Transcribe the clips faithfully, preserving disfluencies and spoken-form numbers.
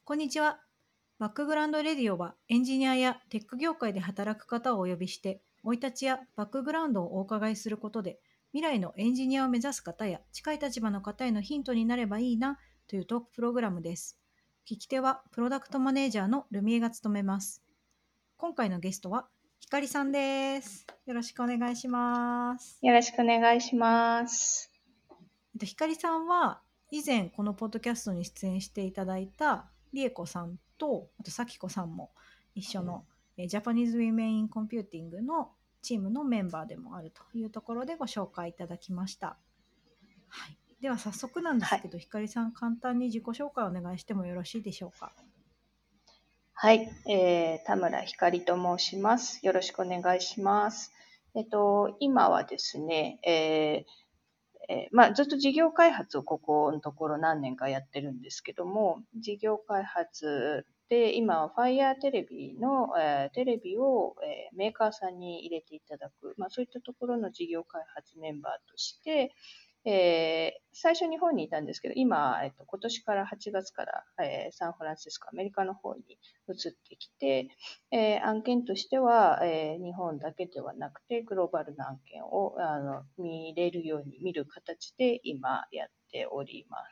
こんにちは。バックグラウンドレディオはエンジニアやテック業界で働く方をお呼びして、生い立ちやバックグラウンドをお伺いすることで、未来のエンジニアを目指す方や近い立場の方へのヒントになればいいなというトークプログラムです。聞き手はプロダクトマネージャーのルミエが務めます。今回のゲストはひかりさんです。よろしくお願いします。 よろしくお願いします。 えっとひかりさんは以前このポッドキャストに出演していただいたりえこさんとあとさきこさんも一緒のえージャパニーズ・ウィメン・イン・コンピューティングのチームのメンバーでもあるというところでご紹介いただきました。はい、では早速なんではい。 すけど、ひかりさん簡単に自己紹介をお願いしてもよろしいでしょうか。 はい。えー、田村ひかりと申します。よろしくお願いします。えっと、今はですね、えーえーまあ、ずっと事業開発をここのところ何年かやってるんですけども、事業開発で今は Fire テレビの、えーテレビを、えーメーカーさんに入れていただく、まあ、そういったところの事業開発メンバーとして、えー最初日本にいたんですけど、今、えっと、今年からはちがつから、えーサンフランシスコ、アメリカの方に移ってきて、えー案件としては、えー日本だけではなくて、グローバルな案件をあの見れるように見る形で今やっております。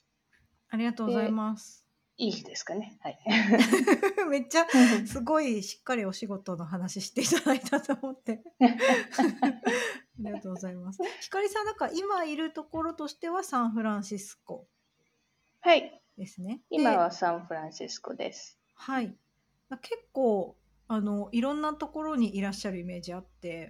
ありがとうございで、 ます。 いいですかね。はい。 めっちゃすごいしっかりお仕事の話していただいたと思ってありがとうございます。ひかりさん、なんか今いるところとしてはサンフランシスコはい。 ですね。で、 今はサンフランシスコです。 はい。結構、あの、いろんなところにいらっしゃるイメージあって、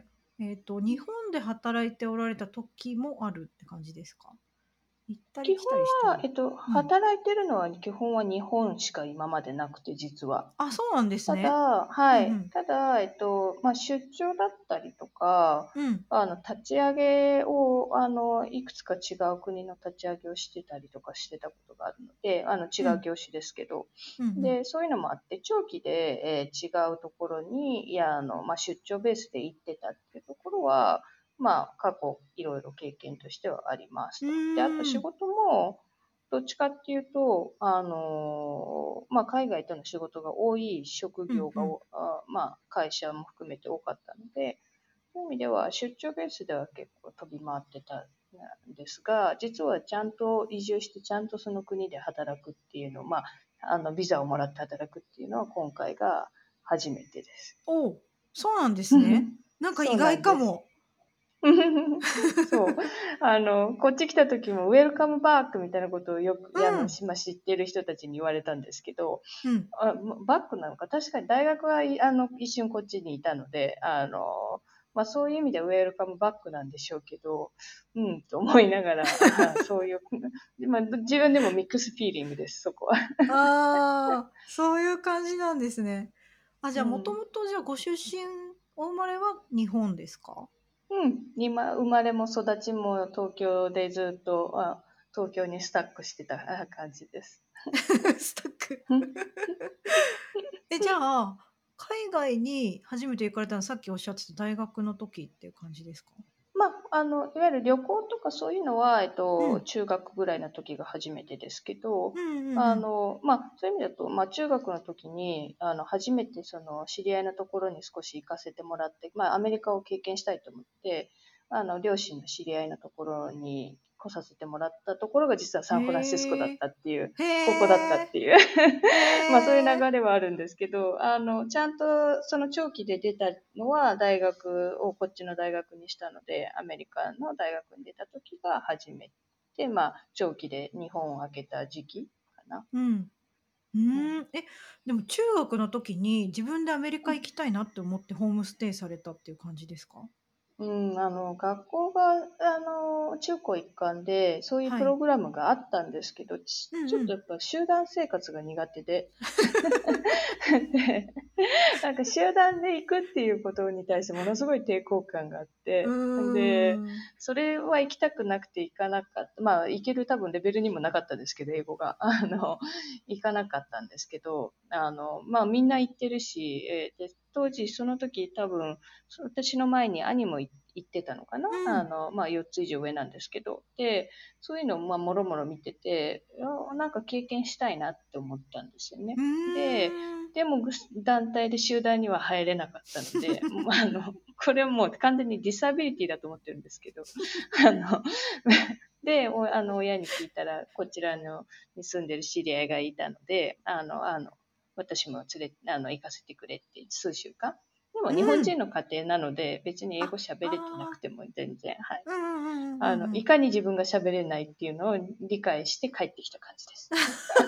えっと、日本で働いておられた時もあるって感じですか？行ったり基本来たりしては、 る。 えっと、 うん。 働いてるのは基本は日本しか今までなくて、実は。 あ、そうなんですたね。 だ、はい。 うんうん。 ただ、えっと、まあ、出張だったりとか、 うん。 あの、立ち上げを、あの、いくつか違う国の立ち上げをしてたりとかしてたことがあるので、あの、違うん。 う業種ですけど。 うんうん。 で、そういうのもあって、長期で、えー違うところに、いや、あの、まあ、出張ベースで行ってたっていうところは、まあ、過去、いろいろ経験としてはありますうと。で、あとーん。 仕事も、どっちかっていうと、あのまあ、海外との仕事が多い職業が、 うんうん。 あまあ、会社も含めて多かったので、そういう意味では出張ベースでは結構飛び回ってたんですが、実はちゃんと移住してちゃんとその国で働くっていうのを、まあ、あのビザをもらって働くっていうのは今回が初めてです。 おお、そうなんですね。なんか意そうなんです。 外かも。 そう。あの、こっち来た時もウェルカムバークみたいなことをよく、あの、 うん。 しまあ知ってる人たちに言われたんですけど、 うん。 あ、バックなのか、確かに大学はいあの、一瞬こっちにいたので、あの、まあそういう意味ではウェルカムバックなんでしょうけど、うん、と思いながら、あそういう、まあ自分でもミックスフィーリングです、そこは。 ああ、そういう感じなんですね。あ、じゃあ、もとうん。 もとじゃあ、ご出身、お生まれは日本ですか？ うん。今、生まれも育ちも東京でずっと、あ東京にスタックしてたあ感じです。 スタック。え、じゃあ、海外に初めて行かれたのは、さっきおっしゃってた大学の時っていう感じですか？ まあ、あの、いわゆる旅行とかそういうのは、えっと、 うん。 中学ぐらいの時が初めてですけど、 うんうんうん。 あの、まあ、そういう意味だと、まあ、中学の時に、あの、初めてその、知り合いのところに少し行かせてもらって、まあ、アメリカを経験したいと思って、あの、両親の知り合いのところに来させてもらったところが実はサンフランシスコだへえ。 ったっていう、 へここだったっえ。 ていうへまあそういうえ。 流れはあるんですけど、あの、ちゃんとその長期で出たのは大学をこっちの大学にしたので、アメリカの大学に出た時が初めて、まあ長期で日本を開けた時期かな。 うん。ううん。 ーん。え、でも中学の時に自分でアメリカ行きたいなって思ってホームステイされたっていう感じですか？ うん、あの、学校が、あの、中高一貫で、そういうはい。 プログラムがあったんですけど、ちうんうん。 ちょっとやっぱ集団生活が苦手で、で、なんか集団で行くっていうことに対してものすごい抵抗感があっうて、で、 ーん。 それは行きたくなくて行かなかった。まあ、行ける多分レベルにもなかったですけど、英語が。あの、行かなかったんですけど、あの、まあみんな行ってるし、えーで、当時その時多分、私の前に兄もい行ってたのかな、 うん。 あの、まあ、よっつ以上上なんですけど。で、そういうのをまあもろもろ見てて、あなんか経験したいなって思ったんですよね。 うーで、 ん。 でもぐ団体で集団には入れなかったので、もうあの、これはもう完全にディサビリティだと思ってるんですけど、あの、で、おあの、親に聞いたら、こちらのに住んでる知り合いがいたので、あの、あの、私も連れ、あの、行かせてくれって数週間。でもう日本ん。 人の家庭なので、別に英語あ、 喋れてなくああ。 ても全然、はい。 うんうんうんうあの、 んうん。 いかに自分が喋れないっていうのを理解して帰ってきた感じです。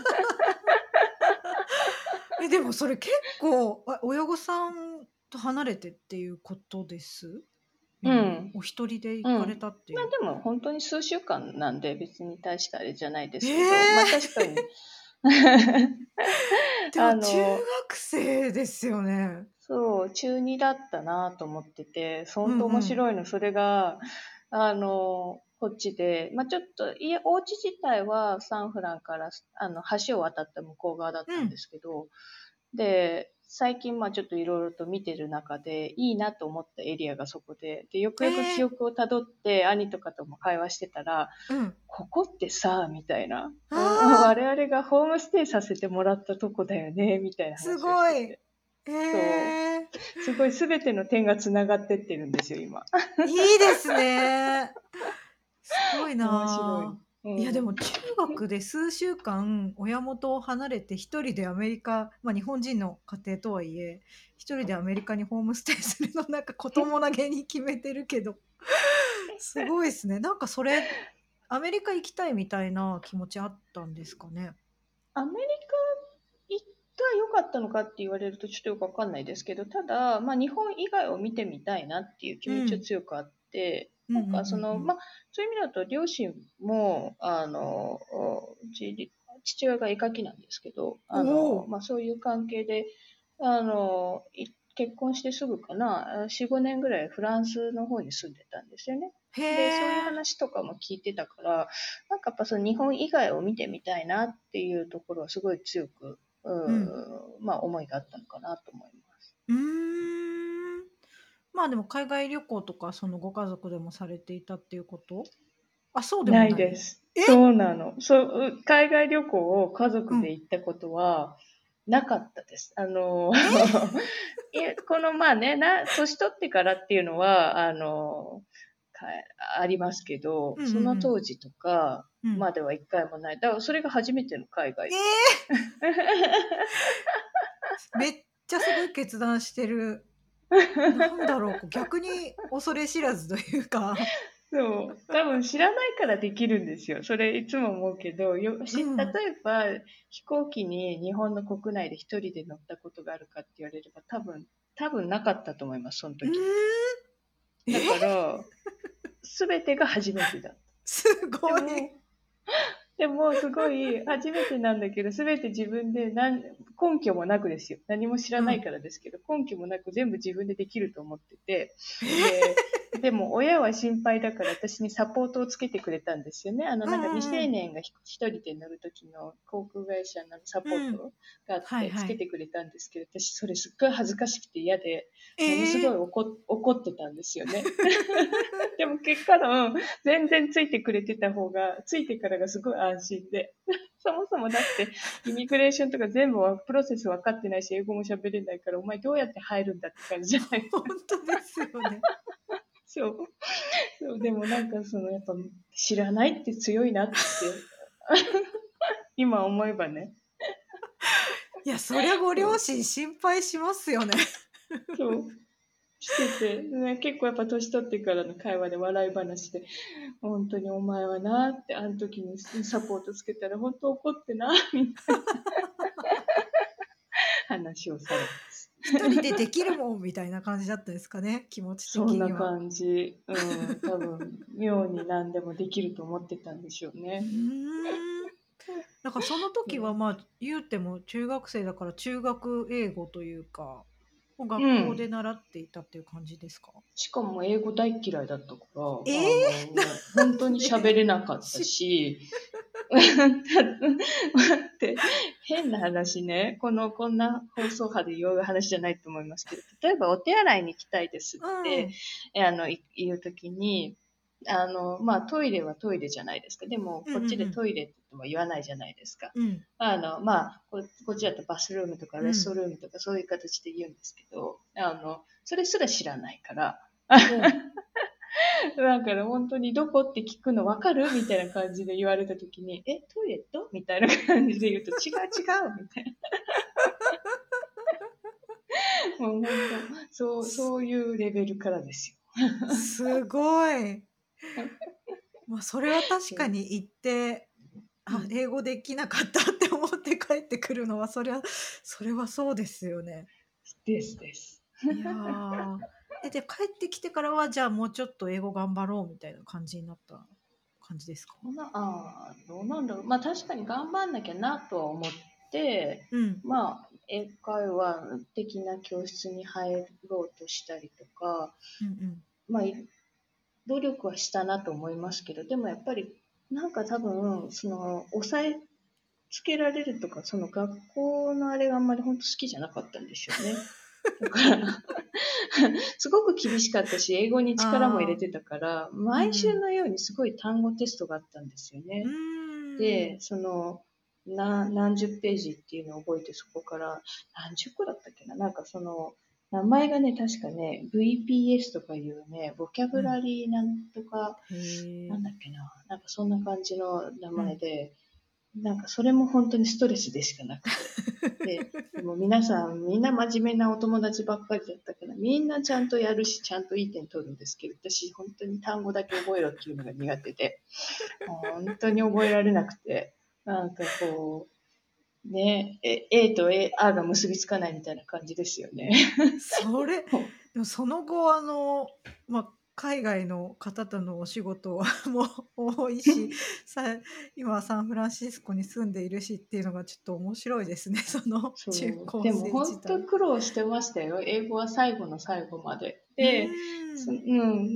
え、でもそれ結構、あ、親御さんと離れてっていうことですよね？ うん。 お一人でうん。 行かれたっていう。 まあでも本当に数週間なんで別に大したあれじゃないでえすけど、まあえ！ 確かにでも中あの、 学生ですよね。 そう、中にだったなと思ってて、ほうんとんうん。 面白いの、それが、あの、こっちで、ま、ちょっと、家お家自体はサンフランから、あの、橋を渡った向こう側だったんでうん。 すけど、で、最近、ま、ちょっと色々と見てる中で、いいなと思ったエリアがそこで、で、よくえよく記え。 憶を辿って、兄とかとも会話してたら、 うん。 ここってさ、みたいな、 あうん、 あ、 我々がホームステイさせてもらったとこだよね、みたいなす話をしごい。 てて。 えそう。 え。 すごい全ての点が繋がってってるんですよ、今。 いいですね。すごい面白い。 な。いやでうん。 も中学で数週間親元を離れて一人でアメリカ、ま、日本人の家庭とはいえ、一人でアメリカにホームステイするのなんか子供なげに決めてるけど、すごいすね。なんかそれ、アメリカ行きたいみたいな気持ちあったんですかね？ アメリカ行ったら良かったのかって言われるとちょっとよくわかんないですけど、ただ、ま、日本以外を見てみたいなっていう気持ちはうん。 強くあって、なんうんうんうんかその、 うん。 ま、そういう意味だと両親も、あの、うち父親が絵描きなんですけど、 おあの、 お。 ま、そういう関係で、あの、い結婚してすぐかな、あ、よん、ごねんぐらいフランスの方に住んでたんですよね。 へで、そういうえ。 話とかも聞いてたから、なんかやっぱその日本以外を見てみたいなっていうところはすごい強く、ううん。 ーん、まあ思いがあったのかなと思います。 うーん。まあ、でも海外旅行とか、そのご家族でもされていたっていうこと？あ、そうでないもない？ です。 え？ そうなの。そう、う海外旅行を家族でうん。 行ったことはなかったです。あの、 え？ いえ、このまあね、な年取ってからっていうのは、あの、かありますけど、 うんうんそのうん。 当時とかうん。 まではいっかいもない。だからそれが初めての海外えです。 え！めっちゃすごい決断してる。なんだろう、こう逆に恐れ知らずというか。 そう、多分知らないからできるんですよ。それいつも思うけど、よし例えうん。 ば飛行機に日本の国内で一人で乗ったことがあるかって言われれば、多分多分なかったと思います、そのうー時。 ん。 だえ？ から、全てが初めてだ。 すごい。 でもでも、すごい初めてなんだけど、すべて自分でなん根拠もなくですよ。何も知らないうん。 からですけど、根拠もなく全部自分でできると思ってて、 えで、 え！ でも親は心配だから私にサポートをつけてくれたんですよね。あの、 うんなんか未うんうん。 成年がひ一人で乗る時の航空会社のサポーうん。 トがあってつはいはい。 けてくれたんですけど、私それすっごい恥ずかしくて嫌で、ものすごいええ！ 怒怒ってたんですよね。でも結果論、全然ついてくれてた方が、ついてからがすごい安心で。そもそもだって、イミグレーションとか全部はプロセス分かってないし、英語も喋れないから、お前どうやって入るんだって感じじゃないですか。 ほんとですよね。 そう。そう、でもなんかそのやっぱ、知らないって強いなって、今思えばね。 いや、そりゃごそう、 両親心配しますよね。 そう。してて、ね、結構やっぱ年取ってからの会話で笑い話で、本当にお前はなって、あの時にサポートつけたら本当怒ってな、みたいな話をされます。 一人でできるもんみたいな感じだったですかね、気持ちそん的には。 な感じ。うん、多分、妙に何でもできると思ってたんでしょううね。 ーん。だからその時は、 そう。 まあ、言うても中学生だから中学英語というか、 をう学校でん。 習っていたっていう感じですか？ しかも英語大嫌いだったから、あええの、もう本当に喋ねれなかったしし、待って、変な話ね。この、こんな放送波で言う話じゃないと思いますけど、例えばお手洗いに行きたいですうって、 ん。 えあの、い言うときに、あの、まあ、トイレはトイレじゃないですか。でも、 うんこっちでうんトイレっては言わないじゃないですか。 うん。 あの、まあ、ここっちだとバスルームとかレストうん。 ルームとかそういう形で言うんですけど、あの、それすら知らないから、 うん。 だから本当にどこって聞くの分かるみたいな感じで言われた時に、え、トイレットみたいな感じで言うと、違う違うみたいな。もう本当、そう、 すそういうレベルからですよ。 すごい。まあ、それは確そう。 かに言って、あ、 うん。 英語できなかったって思って帰ってくるのは、そりゃそれはそうですよね。 ですです。 いやー、え、で、帰ってきてからは、じゃあ、もうちょっと英語頑張ろうみたいな感じになった感じですか？ どうな、ああ、どうなんだろう。まあ確かに頑張んなきゃなとは思って、 うん。 まあ英会話的な教室に入ろうとしたりとか、 うんうん。 まあ努力はしたなと思いますけど、でもやっぱりなんか多分、その、抑えつけられるとか、その学校のあれがあんまり本当好きじゃなかったんですよね。だからすごく厳しかったし、英語に力も入れああ、 てたから、 うんう毎週ん。 のようにすごい単語テストがあったんですようね。で、 ーん。 その、な何十ページっていうのを覚えて、そこから何十個だったっけな、なんかその、名前がね、確かね、ブイピーエス とかいうね、ボキャブうん。 ラリーなんとか、 へえ。 なんだっけな、なんかそんな感じの名うん。 前で、なんかそれも本当にストレスでしかなくて。で、でも皆さん、みんな真面目なお友達ばっかりだったから、みんなちゃんとやるし、ちゃんといい点取るんですけど、私本当に単語だけ覚えろっていうのが苦手で、本当に覚えられなくて、なんかこう、ね、え A と A、R が結びつかないみたいな感じですよね。 それ、でもその後、あの、ま、海外の方とのお仕事はもう多いし、さ今サンフランシスコに住んでいるしっていうのがちょっと面白いですね、そのそう。 中高でも生時本当代。 苦労してましたよ。英語は最後の最後まで。 うーで、そん。 うん、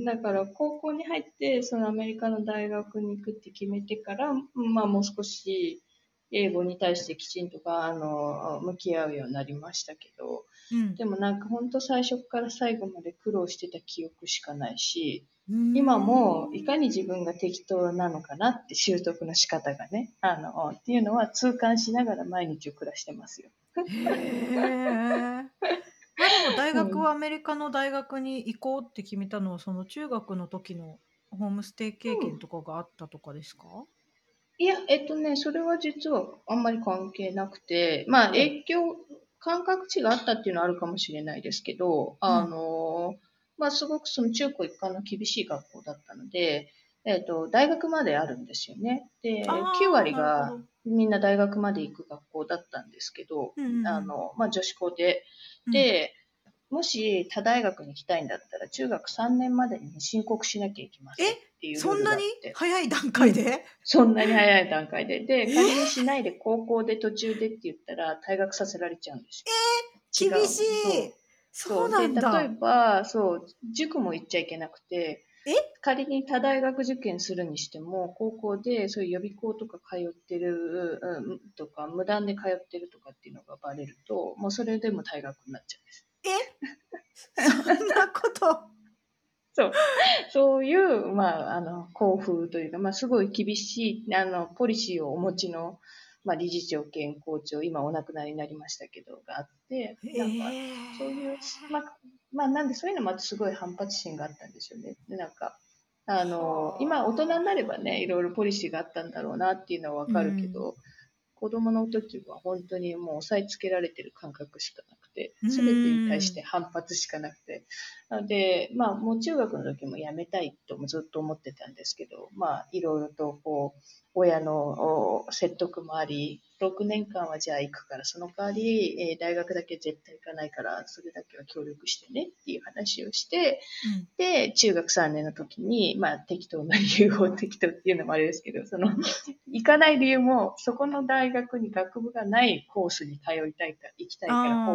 だから高校に入って、そのアメリカの大学に行くって決めてから、まあもう少し英語に対してきちんとか、あの、向き合うようになりましたけど、 うん。 でもなんか本当最初から最後まで苦労してた記憶しかないし、 うー今もいかにん。 自分が適当なのかなって習得の仕方がね、あの、っていうのは痛感しながら毎日を暮らしてますよ。 へえ。ま、でも大うん。 学はアメリカの大学に行こうって決めたのは、その中学の時のホームステイ経うん。 験とかがあったとかですか？ いや、えっとね、それは実はあんまり関係なくて、まあ、 ほう。 影響、感覚値があったっていうのはあるかもしれないですけど、あうん。 の、まあ、すごくその中高一貫の厳しい学校だったので、えっと、大学まであるんですよね。で、きゅうああ、 割がなるほど。 みんな大学まで行く学校だったんですけど、 うんうんうん。 あの、まあ、女子校で。 うん。 で、もし他大学に行きたいんだったら、中学さんねんまでに申告しなきゃいけまえ、 せんっていうルールそんなにがあって。 早い段うん。 階で？ そんなに早い段階で。で、 え仮にえ！ しないで高校で途中でって言ったら退学させられちゃうんですよ。違厳しう。そい。 う。 そうそう。で、例えなんだ。 ば、そう、塾も行っちゃいけなくて、 え？ 仮に他大学受験するにしても、高校でそういう予備校とか通ってる、うん、とか、無断で通ってるとかっていうのがバレると、もうそれでも退学になっちゃうんです。 え？そんなこと。 そう。そういう、まあ、あの、校風というか、まあ、すごい厳しい、あの、ポリシーをお持ちの、まあ、理事長兼校長、今お亡くなりになりましたけど、があって、なんか、 えそういう、 え。 まあ、まあ、なんでそういうのもあってすごい反発心があったんですよね。で、なんか、あの、今大人になればはあ。 ね、いろいろポリシーがあったんだろうなっていうのはわうかるけん。 ど、子供の時は本当にもう押さえつけられてる感覚しかなくて、 うすべてに対ーん。 して反発しかなくて、なので、まあ、もう中学の時も辞めたいともずっと思ってたんですけど、まあ、いろいろとこう、親の説得もあり、ろくねんかんはじゃあ行くから、その代わり、えー大学だけ絶対行かないから、それだけは協力してねっていう話をして、 うん。 で、中学さんねんの時に、まあ、適当な理由を適当っていうのもあれですけど、その、行かない理由も、そこの大学に学部がないコースに通いたいか、行きたいから放ああ。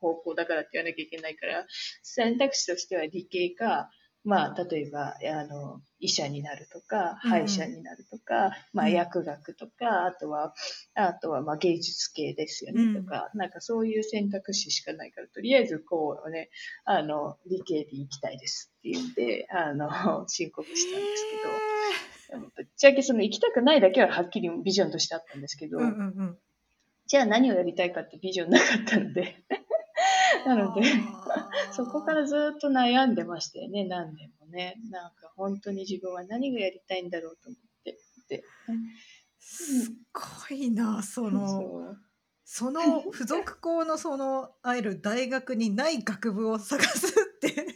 方向だからって言わなきゃいけないから、選択肢としては理系か、まあ、例えば、あの、医者になるとか、歯医者うんうん。 になるとか、まあ、 うん。 薬学とか、あとは、あとは、まあ、芸術系ですよね、とうん。 か、なんかそういう選択肢しかないから、とりあえず、こうね、あの、理系で行きたいですっていうんで、あの、申告したんですけど、 へえ。 ぶっちゃけその行きたくないだけははっきりビジョンとしてあったんですけうんど、 うんうん。 じゃあ何をやりたいかってビジョンなかったので、なので、そこかはあ。 らずっと悩んでましたよね、何年もね。なんか本当に自分は何がやりたいんだろうと思って。で、 すっごいな、そうん、 のそう。 その付属校のその、ある大学にない学部を探すって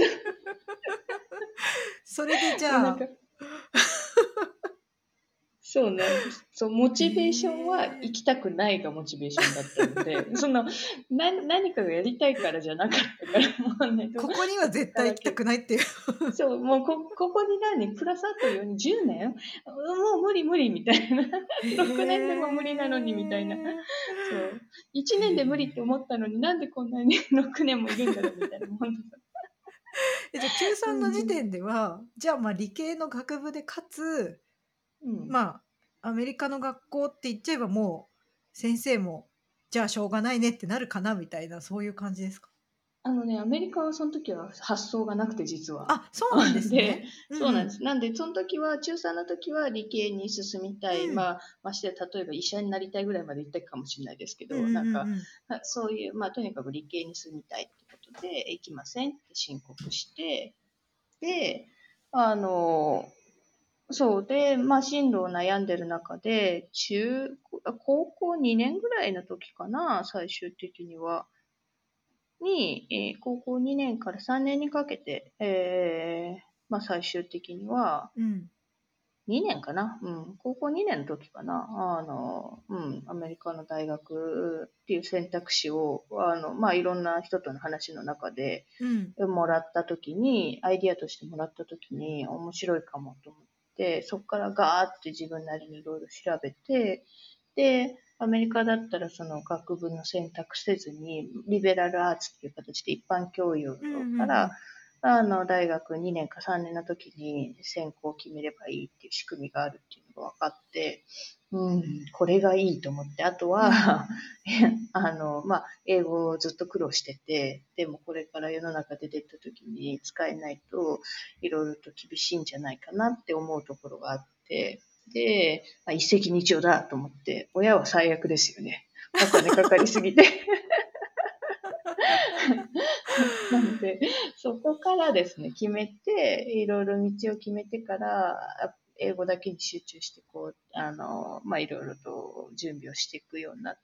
それでじもうなんか、 ゃあそうなんです。そう、モへチベーションは行え。 きたくないがモチベーションだったので、その、な何かがやりたいからじゃなかったから、もうね、 ここにはそこ絶対行きたから結くないっていう。 そう、もうこ、ここに何プラスあとよんじゅうねんもう無理無理みたいな。 へろくねんでも無理なのにみたいな。 え。 そう。いちねんで無理ってへ思ったのになんでこんなにろくねんもいるんだろうみたいな。本当え。じゃ、中さんの時うん点では、じゃあ、ま、理系の学部でかつ、 うん。 まあ、アメリカの学校って言っちゃえばもう、先生も、じゃあしょうがないねってなるかなみたいな、そういう感じですか？ あのね、アメリカはその時は発想がなくて、実は。 あ、そうなんであで、 すね。うんうん。 そうなんです。なんで、その時は、中さんの時は理系に進みたい。 うん。 まあ、ましてや例えば医者になりたいぐらいまで行ったかもしれないですけど、 うんうんなんか、 うんうん。 まそういう、まあ、とにかく理系に進みたいってことで、行きませんって申告して、で、あの、そうで、まあ、進路を悩んでる中で、中、高校にねんぐらいの時かな、最終的には。に、えー高校にねんからさんねんにかけて、えーまあ、最終的には、 うん。 にねんかな、うん、高校にねんの時かな、あの、うん、アメリカの大学っていう選択肢を、あの、まあ、いろんな人との話の中でうん。 もらった時に、アイディアとしてもらった時に、面白いかもと思って、そこからガーって自分なりにいろいろ調べて、で、アメリカだったらその学部の選択せずに、リベラルアーツっていう形で一般教養うんうんうから、 ん。 あの、大学にねんかさんねんの時に専攻を決めればいいっていう仕組みがあるっていうのが分かって、うん、これがいいと思って、あとうん。 は、あの、まあ、英語をずっと苦労してて、でもこれから世の中で出た時に使えないと、いろいろと厳しいんじゃないかなって思うところがあって、で、まあ、一石二鳥だと思って、親は最悪ですよね。お金かかりすぎて。なので、そこからですね、決めて、いろいろ道を決めてから、英語だけに集中して、こう、あの、まあ、いろいろと準備をしていくようになって、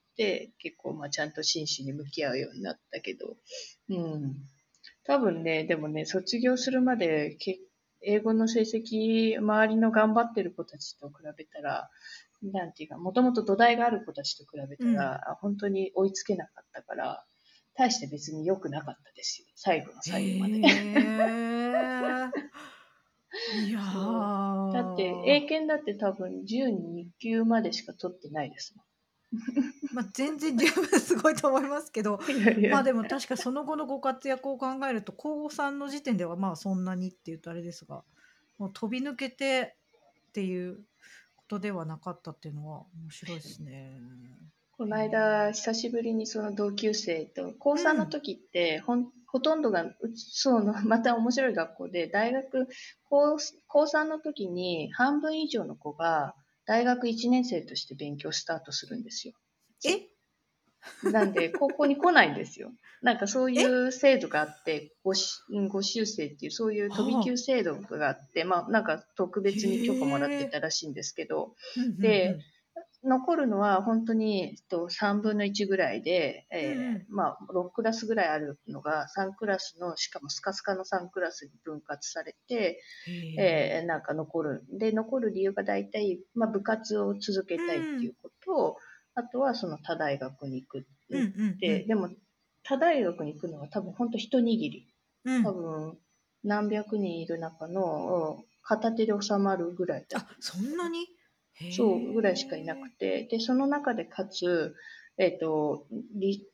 結構、まあ、ちゃんと真摯に向き合うようになったけど、うん。多分ね、でもね、卒業するまで、け英語の成績、周りの頑張ってる子たちと比べたら、なんていうか、もともと土台がある子たちと比べうん。 たら、本当に追いつけなかったから、大して別に良くなかったですよ。最後の最後まで。 へえ。いやそう。だって、英ー、 検だって多分じゅうにに級までしか取ってないですもま、全然十分すごいと思いますけど、 ん。いやいや。 ま、でも確かその後のご活躍を考えると、高さんの時点では、まあ、そんなにっていうとあれですが、もう飛び抜けてっていうことではなかったっていうのは面白いですね。 このへえ。 間、久しぶりにその同級生と、高さんのうん。 時って、ほん、ほとんどが、うち、そうの、また面白い学校で、大学、高、高さんの時に半分以上の子が、大学いちねん生として勉強スタートするんですよ。 え？ なんで、高校に来ないんですよ。なんかそういえ？ う制度があって、ごし、うんご修正っていう、そういう飛びはあ。 級制度があって、まあ、なんか特別に許可もらってへえ。 たらしいんですけど、 ふんふんふで、 ん。 残るのは本当に、えっと、さんぶんのいちぐらいで、 うんうん。 えーまあ、ろくクラスぐらいあるのが、さんクラスの、しかもスカスカのさんクラスに分割されて、 へえ。 えーなんか残る。で、残る理由が大体、まあ、部活を続けうたいっていん。 うことと、あとはその他大学に行く。 うんう行っんうん。 て、でも、他大学に行くのは多分本当一握り。 うん。 多分、何百人いる中のうん片手で収まるぐらいだとあ、そんなに？へそう、ぐらいしかいなくえ。 て、で、その中でかつ、えっと、理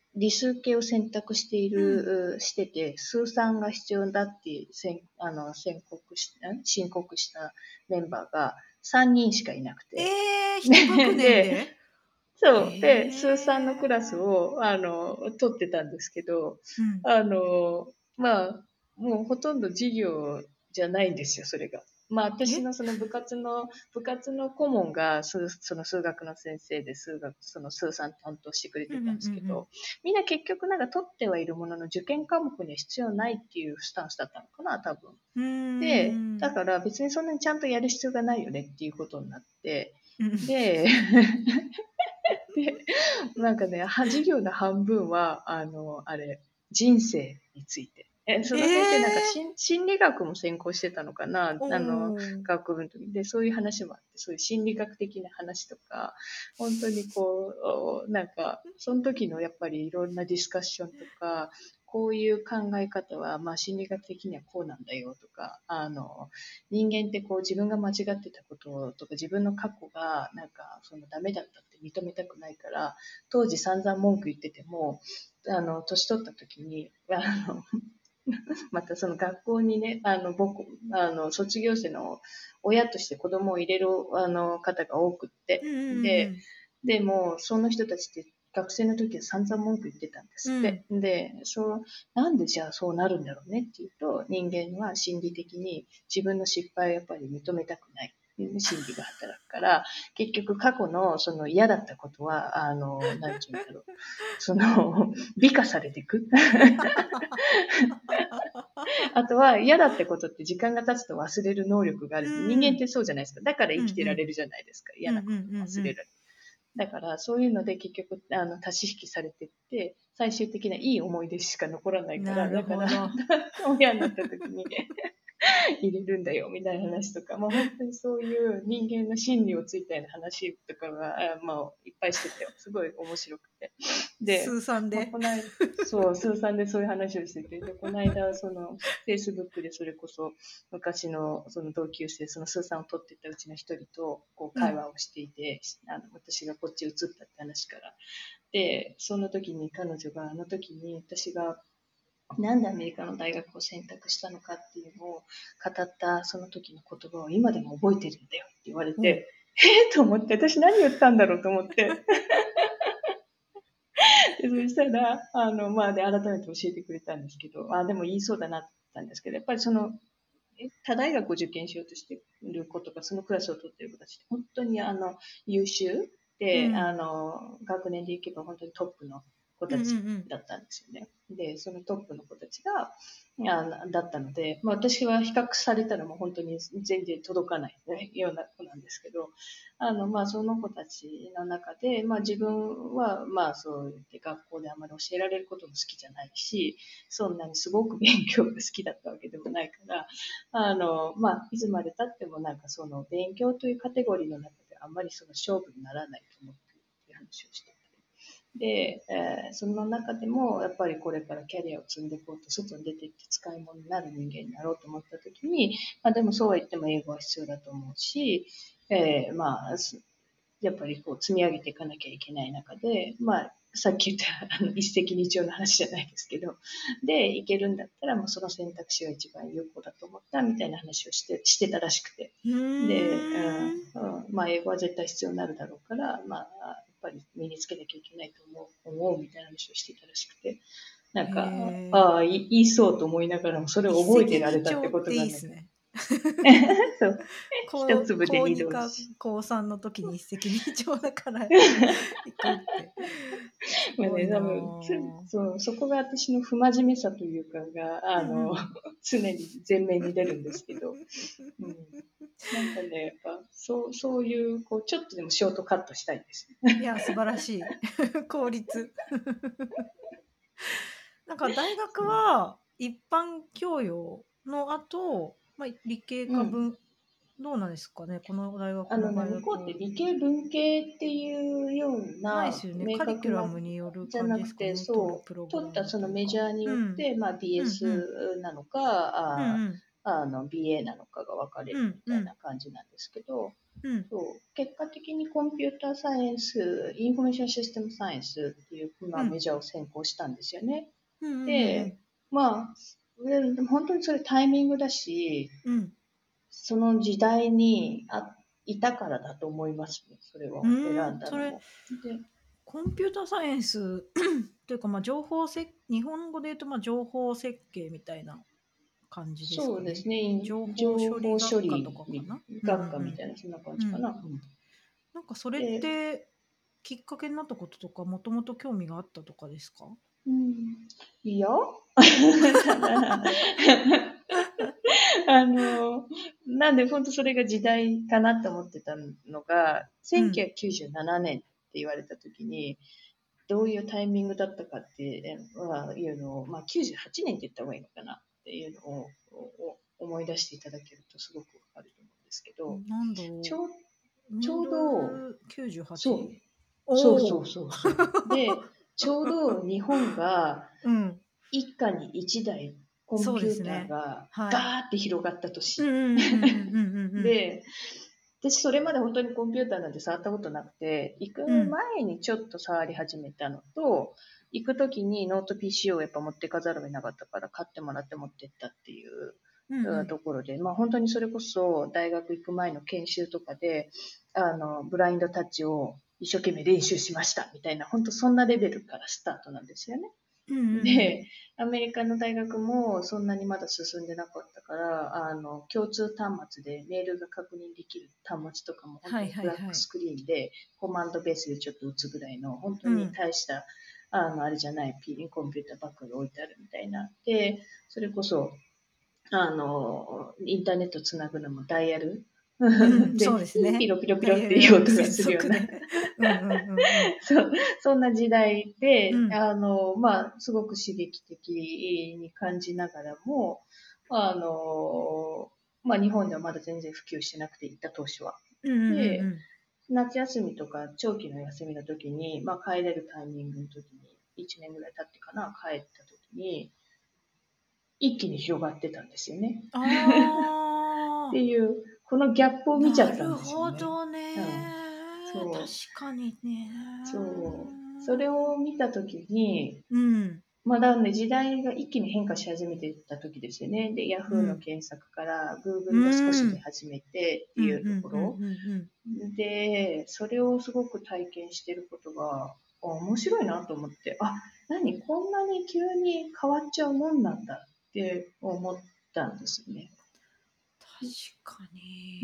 理数系を選択していうん。 る、してて、数算が必要だって宣あの宣告し、ん申告したメンバーがさんにんしかいなくて。 ええ、一学年で、 で？へそう。で、数三のクラスえ。 を、あの、取ってたんですけど、 うん。 あの、まあ、もうほとんど授業じゃないんですよ、それが。まあ、私え？ のその部活の、部活の顧問が数、その数学の先生で、数学、その数三担当してくれうんうんうてたんですけんど、みんな結局なんか取ってはいるものの、受験科目には必要ないっていうスタンスだったのかな、多分。 うん。うで、 ーん。 だから別にそんなにちゃんとやる必要がないよねっていうことになって、 うん。 で、で、なんかね、は授業の半分は、あの、あれ、人生について。え、そえの先生なんかえ。 心心理学も専攻してたのかな、 おあの、 お。 学部の時で、そういう話もあって、そういう心理学的な話とか、本当にこう、おなんか、その時のやっぱりいろんなディスカッションとか、こういう考え方は、まあ心理学的にはこうなんだよとか、あの、人間ってこう自分が間違ってたこととか自分の過去がなんかそのダメだったって認めたくないから、当時散々文句言ってても、あの、年取った時に、あの、またその学校にね、あの、僕、あの、卒業生の親として子供を入れる、あの、方が多くって、 うんうんで、でも、その人たちって学生の時は散々文句言ってたんですうん。うん。 って。で、そう、なんでじゃあそうなるんだろうねっていうと、人間は心理的に自分の失敗をやっぱり認めたくない。心理が働くから、結局過去のその嫌だったことは、あの、なんて言うんだろう。その、美化されていく。あとは嫌だってことって時間が経つと忘れる能力があうる。人間っん。 てそうじゃないですか。だからうんう生きてられん。 るじゃないですか。 うんうん嫌なこともうんうん。 忘れられる。だからそういうので結局あの足し引きされてって、最終的ないい思い出しか残らないから、 なるだからほど。 親になった時に入れるんだよみたいな話とか、まあ本当にそういう人間の心理をついたような話とかが、あまあいっぱいしてて、すごい面白くて。で、 数三まあ、 で。 この間、そう、スーさんでそういう話をしてて、で、この間、その、Facebook でそれこそ、昔のその同級生、そのスーさんを撮ってたうちの一人と、こう、 うん。 会話をしていて、あの、私がこっち移ったって話から。で、その時に彼女が、あの時に私が、なんでアメリカの大学を選択したのかっていうのを語ったその時の言葉を今でも覚えてるんだよって言われおう。 て、えー、と思って、私何言ったんだろうと思って。で、そしたら、あの、まあ、で、改めて教えてくれたんですけど、あ、でも言いそうだなって言ったんですけど、やっぱりその、他大学を受験しようとしている子とか、そのクラスを取っている子たちって、本当にあの、優秀で、あうん。 の、学年でいけば本当にトップの子うんうんうたちん。 だったんですよね。で、そのトップの子たちが、あだったので、まあ、私は比較されたらもう本当に全然届かない、ね、ような子なんですけど、あの、まあ、その子たちの中で、まあ、自分は、まあ、そう言って学校であまり教えられることも好きじゃないし、そんなにすごく勉強が好きだったわけでもないから、あの、まあ、いつまで経ってもなんかその勉強というカテゴリーの中であんまりその勝負にならないと思っているっていう話をしてで、えーその中でもやっぱりこれからキャリアを積んでいこうと、外に出ていって使い物になる人間になろうと思った時に、まあでもそうは言っても英語は必要だと思うし、えーまあ、すやっぱりこう積み上げていかなきゃいけない中で、まあ、さっき言ったあの一石二鳥の話じゃないですけど、で、いけるんだったらもうその選択肢が一番有効だと思ったみたいな話をしてしてたらしくて。 うで、 ーん。 うんうん、まあ英語は絶対必要になるだろうから、まあ、やっぱり身につけなきゃいけないと思う、思うみたいな話をしてたらしくて、なんへか、 え。 ああ、言いそうと思いながらも、それを一覚えて石二られたって鳥っていことがね、 いっすね。 そう、一こう、 粒で二高にか度し。 高三の時に一石二鳥だから行くって。すまあね、 ごいな多分、つぁ。 そう、そこが私の不真面目さというかが、あの、 うんうん。 常に前面に出るんですけど、うん。なんかね、やっぱ、そう、そういう、こう、ちょっとでもショートカットしたいですね。 いや、素晴らしい。効率。なんか大学は一般教養の後、まあ、理系うん。 か文どうなんですかね、この大学のあのね、 場合だと。 向こうって理系文系っていうようなないですよね。 明カリキュラ確な、 ムによるじゃ感じなくて、 ですかね、取るそう、 プログラ取ったそのムというか。 メジャーにうん。 よって、まあうんうん。 ビーエス なのか、あうんうん。 あの ビーエー なのかが分かれうるみたいんうん。 な感じなんですけど、 うん。 そう結果的にコンピューターサイエンス、インフォメーションシステムサイエンスっていう、まあ、メうん。 ジャーを専攻したんですよね。 うんうんうんうで、 ん。 まあ、でも本当にそれタイミングだし、 うん。 その時代にあいたからだと思いますね、それを選うーん、それ、 んだのも。で、 コンピュータサイエンスというか、まあ、情報せ日本語で言うと、まあ、情報設計みたいな感じですかね。 そうですね、 情報情処理報処学科と理かかな。うんうん学科みたいな、そんな感うん。うん。 じかな。うん、 なんかそれっで、 て、きっかけになったこととか、もともと興味があったとかですか？ うん、いや、ただ、あの、なんで本当それが時代かなって思ってたのが、 うん。 せんきゅうひゃくきゅうじゅうななねんって言われた時に、どういうタイミングだったかっていうのを、まあ、きゅうじゅうはちねんって言った方がいいのかなっていうのを思い出していただけるとすごくわかると思うんですけど、 なんだろちょうう。 ちょうミドど、 ル きゅうじゅうはち？ そう、そうおお。 そうそうそう。で、ちょうど日本がうん。 一家に一台コンそうピューターですね。 がはい。 ガーって広がった年。 うんうんうんうんうんうんうん。 で、私それまで本当にコンピューターなんて触ったことなくて、行くうん。 前にちょっと触り始めたのと、行く時にノート ピーシー をやっぱ持ってかざるを得なかったから買ってもらって持ってったっていううんうん。 ところで、まあ本当にそれこそ大学行く前の研修とかで、あの、ブラインドタッチを一生懸命練習しましたみたいな、本当そんなレベルからスタートなんですよね。 うんうんうん。 で、アメリカの大学もそんなにまだ進んでなかったから、あの、共通端末でメールが確認できる端末とかも本はい当にブはいはい。 ラックスクリーンでコマンドベースでちょっと打つぐらいの、本当にうん。 大した、あの、あれじゃない、ピコンピューターばっかが置いてあるみたいな。で、それこそ、あの、インターネットつなぐのもダイヤルうん、 で、 そうですね。 ピロピロピダイロってヤルいう音が接するような続で。うんうんうんうん。 そう、そんな時代で、 うん。 あの、まあ、すごく刺激的に感じながらも、あの、まあ、日本ではまだ全然普及してなくて行った当初は。 うんうんうんうで、 ん。 夏休みとか長期の休みの時に、まあ、帰れるタイミングの時に、いちねんぐらい経ってかな、帰った時に、一気に広がってたんですよね。ってああ、 いう、このギャップを見ちゃなったんるほですよね。 どね。 うん。 確そう。 かにね。 そう。それを見たときに、 うん。 まあ、なんで時代が一気に変化し始めていった時ですよね。で、 う Yahoo のん。 検索からう Google が少し出ん。 始めてってうんうんいうところ。 うんうんで、それをすごく体験していることが、あ面白いなと思って、あ、何こんなに急に変わっちゃうもんなんだって思ったんですよね。 確かうん。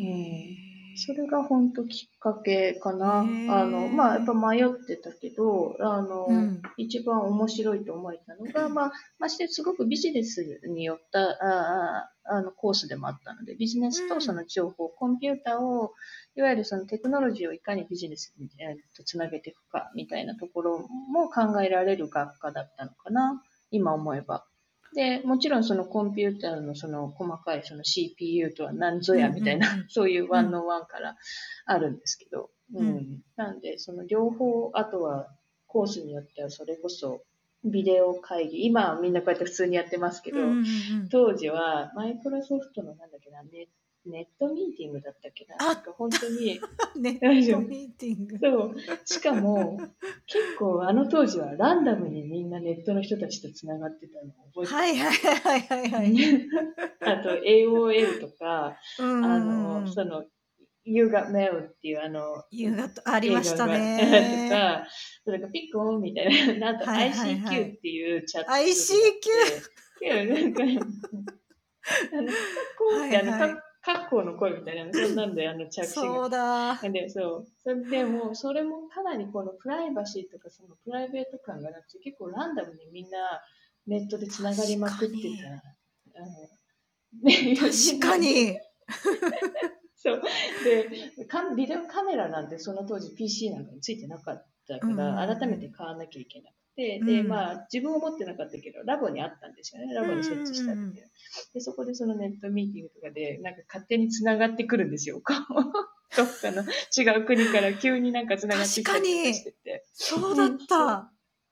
に。 それが本当きっかけかへな。あの、まあ、やっぱえ。 迷ってたけど、あの、 うん。 一番面白いと思えたのが、まあ、ましてすごくビジネスによったああのコースでもあったので、ビジネスとそうん。 の情報、コンピューターを、いわゆるそのテクノロジーをいかにビジネスに、えーとつなげていくかみたいなところも考えられる学科だったのかな、今思えば。で、もちろんそのコンピューターのその細かいその シーピーユー とは何ぞうんうやみたいな、 んうん。 そういううん。 ワンのワンからあるんですけど、ううん。 ん。なんで、その両方、あとはコースによってはそれこそビデオ会議、今はみんなこうやって普通にやってますけど、 うんうんうんうん。 当時はマイクロソフトのなんだっけな、ネネットミーティングだったっけな、 あっなんか本当に、 た、ネッ大丈夫。 トミーティング。 そう。しかも、結構あの当時はランダムにみんなネットの人たちと繋がってたのを覚えてはいはいて、 はいはいはい。 あと エーオーエル とか、 うんうんうあの、 んうん。 その、You Got Mail っていうあの、 夕方ありました映画が、とね。 か、それからピッコーンみたいな、あとはいはいはアイシーキュー っい。 ていうチャットツールがあっアイシーキュー。 て、いや、なんか、あの、カッコーはってあの、カッいはい。 カッコーの声みたいなの、そんなんであの着信が。 そうだ。 で、そう。それでも、それもかなりこのプライバシーとかそのプライベート感がなくて、結構ランダムにみんなネットで繋がりまく確かってた、 に。 あの、ね、いう時確か代で、 に。 そう。で、カビデオカメラなんてその当時 ピーシー なんかについてなかったうんうから、改めてん買わなきゃいけなくて、 うん。うで、 ん。 まあ、自分は持ってなかったけど、ラボにあったんですよね。ラうんうボに設置しんうんうん。 たっていう。で、そこでそのネットミーティングとかで、なんか勝手に繋がってくるんですよ。こうどっかの違う国から急になんか繋がって確きたりとかしかに。 てて。 そうだっうん、そう。 た。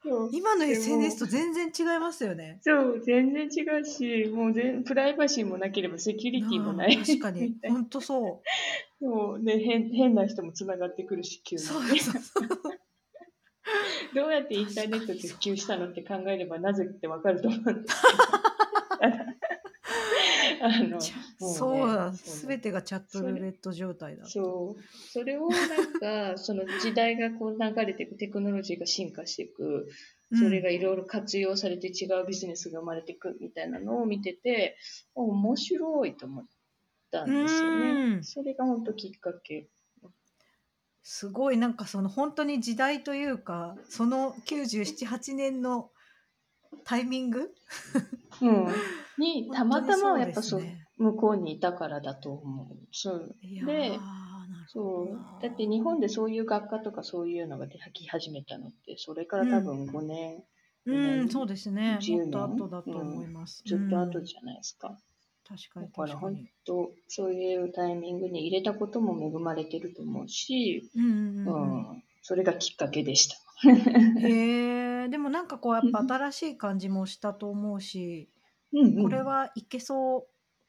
そう。 今のでエスエヌエスも、 と全然違いますよね。 そう、全然違うし、もうぜプライバシーもなければセキュリティもなあ、 ない確かに。 みたいな。 ほんとそう。 そう、ね、変変な人も繋がってくるし、急に。 そうそうそう。 どうやってインター確かネットって普にそうだ。 及したのって考えれば、なぜってわかると思うんですけど。あの、 ちゃもうね、 そうだ、 その、 すべてがチャットそれルーレット状態だと。 そう、それをなんか、その時代がこう流れていく、テクノロジーが進化していく、それうん。 がいろいろ活用されて違うビジネスが生まれていくみたいなのを見てて、面白いと思ったうんですよね。 ーん。 それが本当きっかけ。 すごいなんかそのほんとに時代というか、そのきゅうじゅうなな、はちねんのタイミングうん。に、 ほんとたまたまにそうでやっぱそう、 すね。 向こうにいたからだと思う。そう。 いや、 で、 なるほどそう。だってな。 日本でそういう学科とかそういうのが出き始めたのって、それからうん。 多分ごねん、5 うーん、そう年、 ですね。もっ 10 と後年だと思うん。 います。うずっと後ん。 じゃないですか。 確かにだから本確かに。 当、そういうタイミングに入れたことも恵まれてると思うし、 うんうんうんううん。 ん。それがきっかけでした。 へえ、でもなんかこうやっぱ新しい感じもしたと思うし、 うんうこれん。 はいけそう、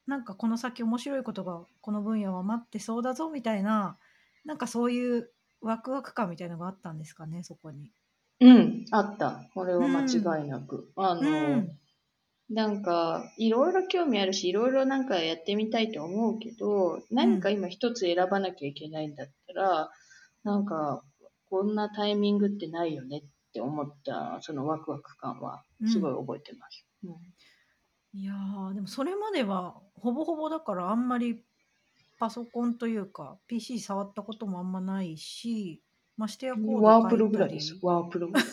なんかこの先面白いことがこの分野は待ってそうだぞみたいな、なんかそういうワクワク感みたいのがあったんですかね、そこに。 うん、あった。これうは間ん。 違いなく。あの、 うん。 なんか、いろいろ興味あるし、いろいろなんかやってみたいと思うけど、 うん。 何か今一つ選ばなきゃいけないんだったら、なんか、こんなタイミングってないよねって思った、そのワクワク感はうん。 すごい覚えてます。うん。 いや、でもそれまではほぼほぼだからあんまりパソコンというか、ピーシー 触ったこともあんまないし、ましてやコードワープ書いロぐらいです。 たりワープロぐらい。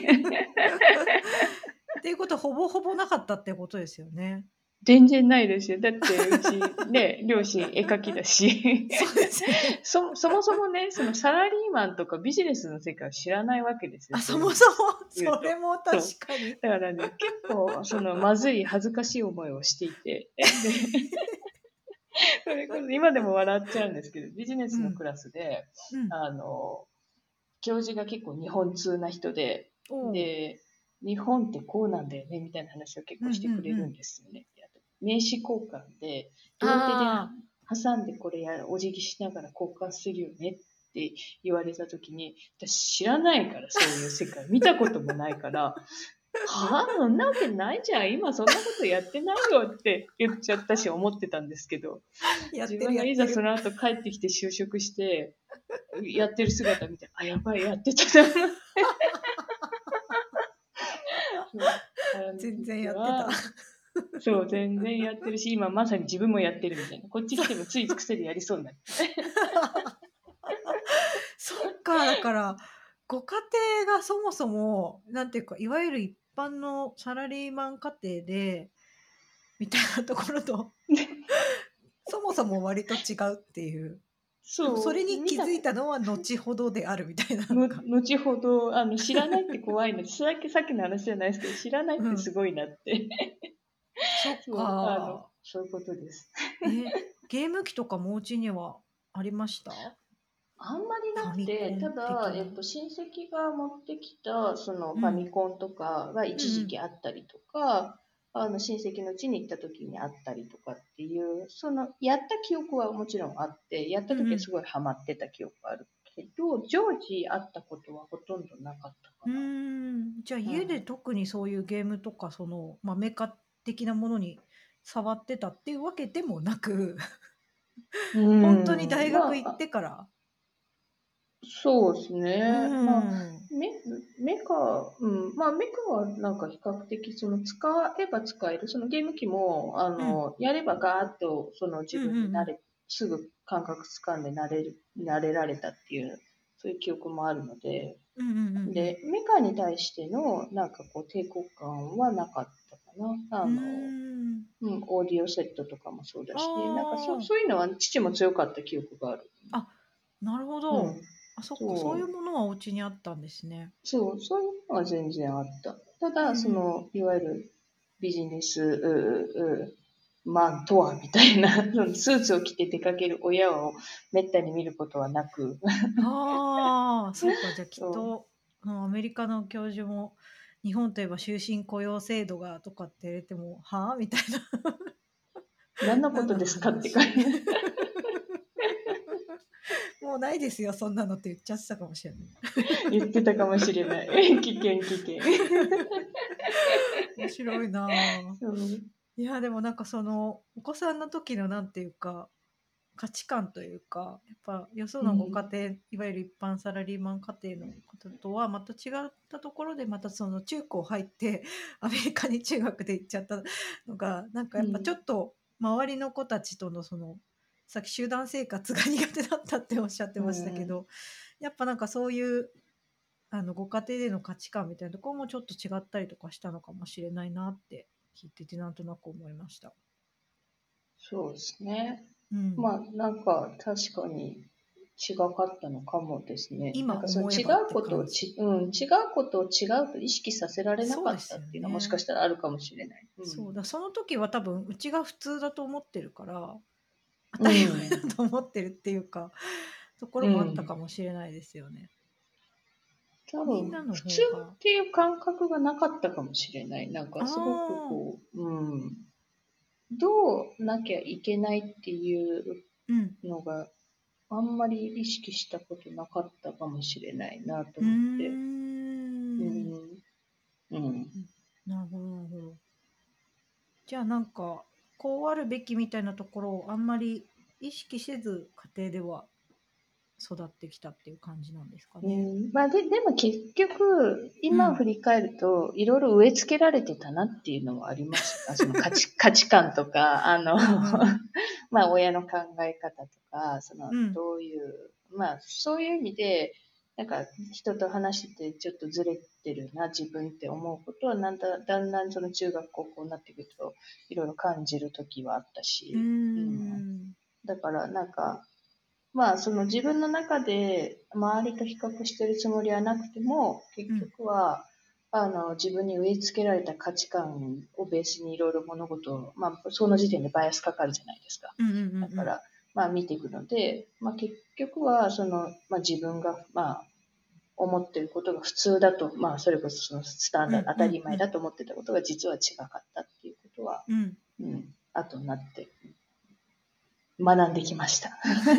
っていうことはほぼほぼなかったってことですよね。 全然ないですよ。だってうちね、両親絵描きだし、 そうですよね。 そそもそもね、そのサラリーマンとかビジネスの世界を知らないわけですよ、 あ、 そういうのそもそも、 言うと。 それも確そう。 かに。 だからね、結構そのまずい恥ずかしい思いをしていて、で、それこそ今でも笑っちゃうんですけど、ビジネうん、 スのクラスで、 うん。 あの、教授が結構日本通な人で、 おお。 で、日本ってこうなんだよね、みたいな話を結うんうん構してくれうん。 るんですよね。であと名刺交換で、両手ではああ、 挟んでこれや、お辞儀しながら交換するよねって言われたときに、私知らないから、そういう世界。見たこともないから、はあ、そんなわけないじゃん。今そんなことやってないよって言っちゃったし思ってたんですけど、 やってる自分がいざやってる。 その後帰ってきて就職して、やってる姿見て、あ、やばい、やってたな。そう。あの全然時やってた。 は、そう、全然やってるし、今まさに自分もやってるみたいな。こっちそう。 来てもつい癖でやりそうになって。 そっか、だから、ご家庭がそもそも、なんていうか、いわゆる一般のサラリーマン家庭で、みたいなところと、そもそも割と違うっていう。でもそれそう、 に気見たこづいたのは後ほどであるみたいな、なんの、 か。 後ほど、あの、知らないって怖いので、さっき、さっきの話じゃないですけど、知らないっうん。 てすごいなって。 そっそう、あの、 か。 そういうことです。 え、ゲーム機とかもお家にはありました？ あんまりなファくて、 ミコンただ、 的な。 えっと、親戚が持ってきた、その、ファうん。 ミコンとかが一時うんうん。 期あったりとか、あの、親戚の家に行った時にあったりとかっていう、その、やった記憶はもちろんあって、やった時はすうんうん。 ごいハマってた記憶があるけど、常時あったことはほとんどなかったかうーん、じゃあな。う家でん。 特にそういうゲームとか、その、ま、メカ的なものに触ってたっていうわけでもなく、 うほんとにーん、 大学行っまあ、 てから。 そうですうーね。まあ、 ん。 メメカ、うん、まあ、メカはなんか比較的その使えば使える、そのゲーム機も、あうん。 の、やればガーッとその自うんうんうん。 分で慣れ、すぐ感覚つかんで慣れる、慣れられたっていう、そういう記憶もあるので、 うんうんうんうん。 で、メカに対してのなんかこう抵抗感はなかったかな。 うーあの、 ん。 うん、オーディオセットとかもそうだあし、なんかそあ。 そういうのは父も強かった記憶がある。 あ、なるほうん。 ど。あ、そっか、そういうそう。 ものはお家にあったんですね。 そう、そういうのは全然あった。たうんだ、そうん。 の、いわゆるビジネス、ううマンとは、みたいな、そのスーツを着て出かける親をめったに見ることはなく、 ああ、そっか、じゃ、きっそう、 と、うん、アメリカの教授も日本といえば終身雇用制度がとかって言われても、はぁみたい何のな。何のことですかって感話。 じ。 もうないですよ、そんなのって言っちゃってたかもしれない。 言ってたかもしれない。危険、危険。 面白いなぁ。 そう。 いや、でもなんかその、お子さんの時のなんていうか、価値観というか、やっぱよそのご家うん。 庭、いわゆる一般サラリーマン家庭の方とはまた違ったところで、またその中高入ってアメリカに中学で行っちゃったのが、なんかやっぱちょうん。 っと周りの子たちとのその、さっき集団生活が苦手だったっておっしゃってうましたけん。 ど、やっぱなんかそういうあのご家庭での価値観みたいなところもちょっと違ったりとかしたのかもしれないなって聞いててなんとなく思いました。 そうですね。 うん、 まあ、なんか、確かに違かったのかもですね。なん今かその違思えばってうことを感じ。 ち、うん、違うことを違うと意識させられなかったそうですよっていうのはもしかね。 したらあるかもしれない。 そうだ、その時は多分うちが普通だと思ってるから、当うたりん。 前だと思ってるっていうか、ところうん。 もあったうん。 かもしれないですよね。 多分、 みんなの普通方が、 っていう感覚がなかったかもしれない。なんあか、すごくあ、 こう、うん。どうなきゃいけないっていううん、 のがあんまり意識したことなかったかもしれないなとうー思って。うん、 ん。うん。 うんなるほど、なるほど。じゃあなんか、こうあるべきみたいなところをあんまり意識せず家庭では育ってきたっていう感じなんですかね。 うん、まあで、でも結局、 うん、 今振り返ると、いろいろ植え付けられてたなっていうのはありますよ。あその価値、価値観とか、あの、 うん、うん、 まあ親の考え方とか、その、 うん、 どういう、まあそういう意味で、なんか人と話しててちょっとずれてるな、自分って思うことは、なんだ、だんだんその中学高校になってくると、いろいろ感じる時はあったうーし、うん。 ん、 だからなんか、まあ、その自分の中で周りと比較してるつもりはなくても、結うん、 局は、あの、自分に植え付けられた価値観をベースにいろいろ物事を、まあ、その時点でバイアスかかるじゃないですか。 うん、うん、うん、 だから、まあ、見ていくので、まあ、結局は、その、まあ、自分が、まあ、思ってることが普通だと、まあ、それこそそのスタンダード、 うん、うん、 当たり前うん、 だと思ってたことが実は違かったっていうことは、 うん。 うん、後になって学んできました。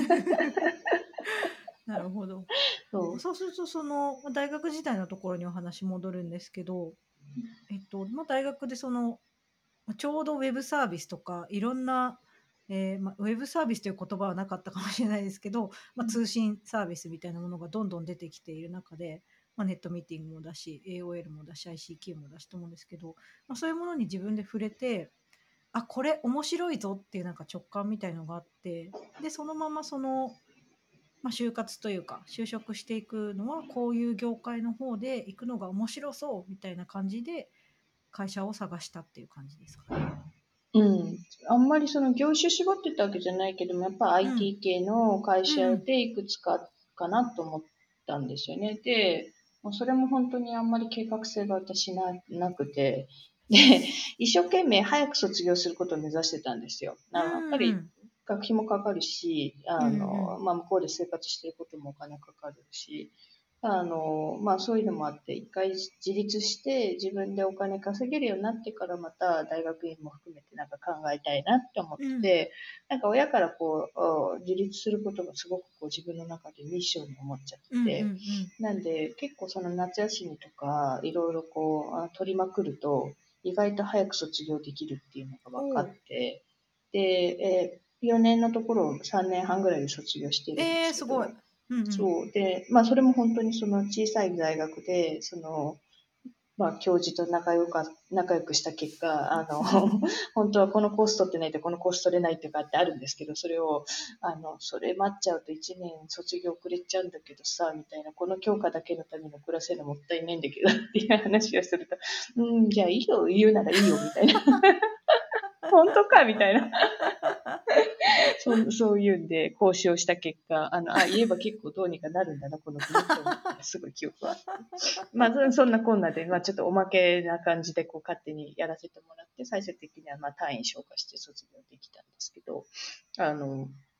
なるほど。 そう。 そうすると、その、ま大学時代のところにお話戻るんですけど、えっと、まあ、大学でその、ま、ちょうどウェブサービスとか、いろんな、ええ、ま、ウェブサービスという言葉はなかったかもしれないですけど、ま、通信サービスみたいなものがどんどん出てきている中で、ま、ネットミーティングもだし、エーオーエル もだし、アイシーキュー もだしと思うんですけど、ま、そういうものに自分で触れて、あ、これ面白いぞっていうなんか直感みたいのがあって、で、そのままそのまあ、就活というか、就職していくのはこういう業界の方で行くのが面白そうみたいな感じで、会社を探したっていう感じですかね。 うん。あんまりその業種絞ってたわけじゃないけども、やっぱうん。 アイティー 系の会社うんうん。 でいくつかかなと思ったんですよね。で、もうそれも本当にあんまり計画性が私ななくて、で、一生懸命早く卒業することを目指してたんですよ。 うあのやっぱりーん。 学費もかかるし、 うんうんうあの、 ん。 まあ、向こうで生活してることもお金かかるし、あの、まあそういうのもあって、一回自立して自分でお金稼げるようになってからまた大学院も含めてなんか考えたいなって思っうん。 てて、なんか親からこう、お自立することがすごくこう自分の中でミッションに思っちゃってうんうんうて、 ん。 なんで結構その夏休みとかいろいろこうあ取りまくると意外と早く卒業できるっていうのが分かっおお。 て、で、えーよねんのところをさんねんはんぐらいで卒業してるんでええ、すごい。 すけど、 うんうん。 そう。で、まあ、それも本当にその小さい大学で、その、まあ、教授と仲良か、仲良くした結果、あの、本当はこのコース取ってないとこのコース取れないとかってあるんですけど、それを、あの、それ待っちゃうといちねん卒業遅れちゃうんだけどさ、みたいな、この教科だけのために遅らせるのもったいないんだけどっていう話をすると、うん、じゃあいいよ、言うならいいよ、みたいな。本当かみたいな。そうそういうんで交渉した結果、あの、あ、言えば結構どうにかなるんだな、この国って思ったすごい記憶はあって。まあ、そそんなこんなで、まあ、ちょっとおまけな感じで、こう、勝手にやらせてもらって、最終的には、まあ、単位消化して卒業できたんですけど、あの、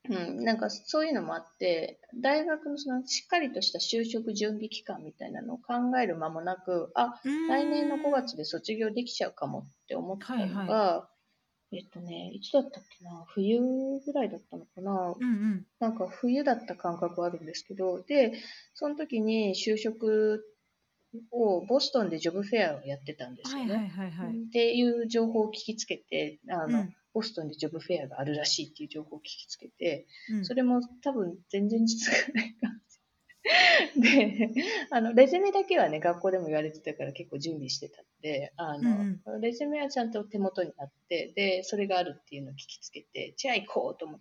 うん、なんかそういうのもあって、大学のそのしっかりとした就職準備期間みたいなのを考える間もなく、あ、 うー来年の5 ん。 月で卒業できちゃうかもって思ったのはいはい。 が、えっとね、いつだったっけな、冬ぐらいだったのかな。 うんうん。 なんか冬だった感覚はあるんですけど、で、その時に就職をボストンでジョブフェアをやってたんですよね。 はいはいはいはい。 っていう情報を聞きつけて、あの、 うん。 ボストンでジョブフェアがあるらしいっていう情報を聞きつけて、 うん。 それも多分全然実がないかで、あの、レジュメだけはね、学校でも言われてたから結構準備してたんで、あの、 うんうん。 レジュメはちゃんと手元にあって、で、それがあるっていうのを聞きつけて、じゃあ行こうと思って、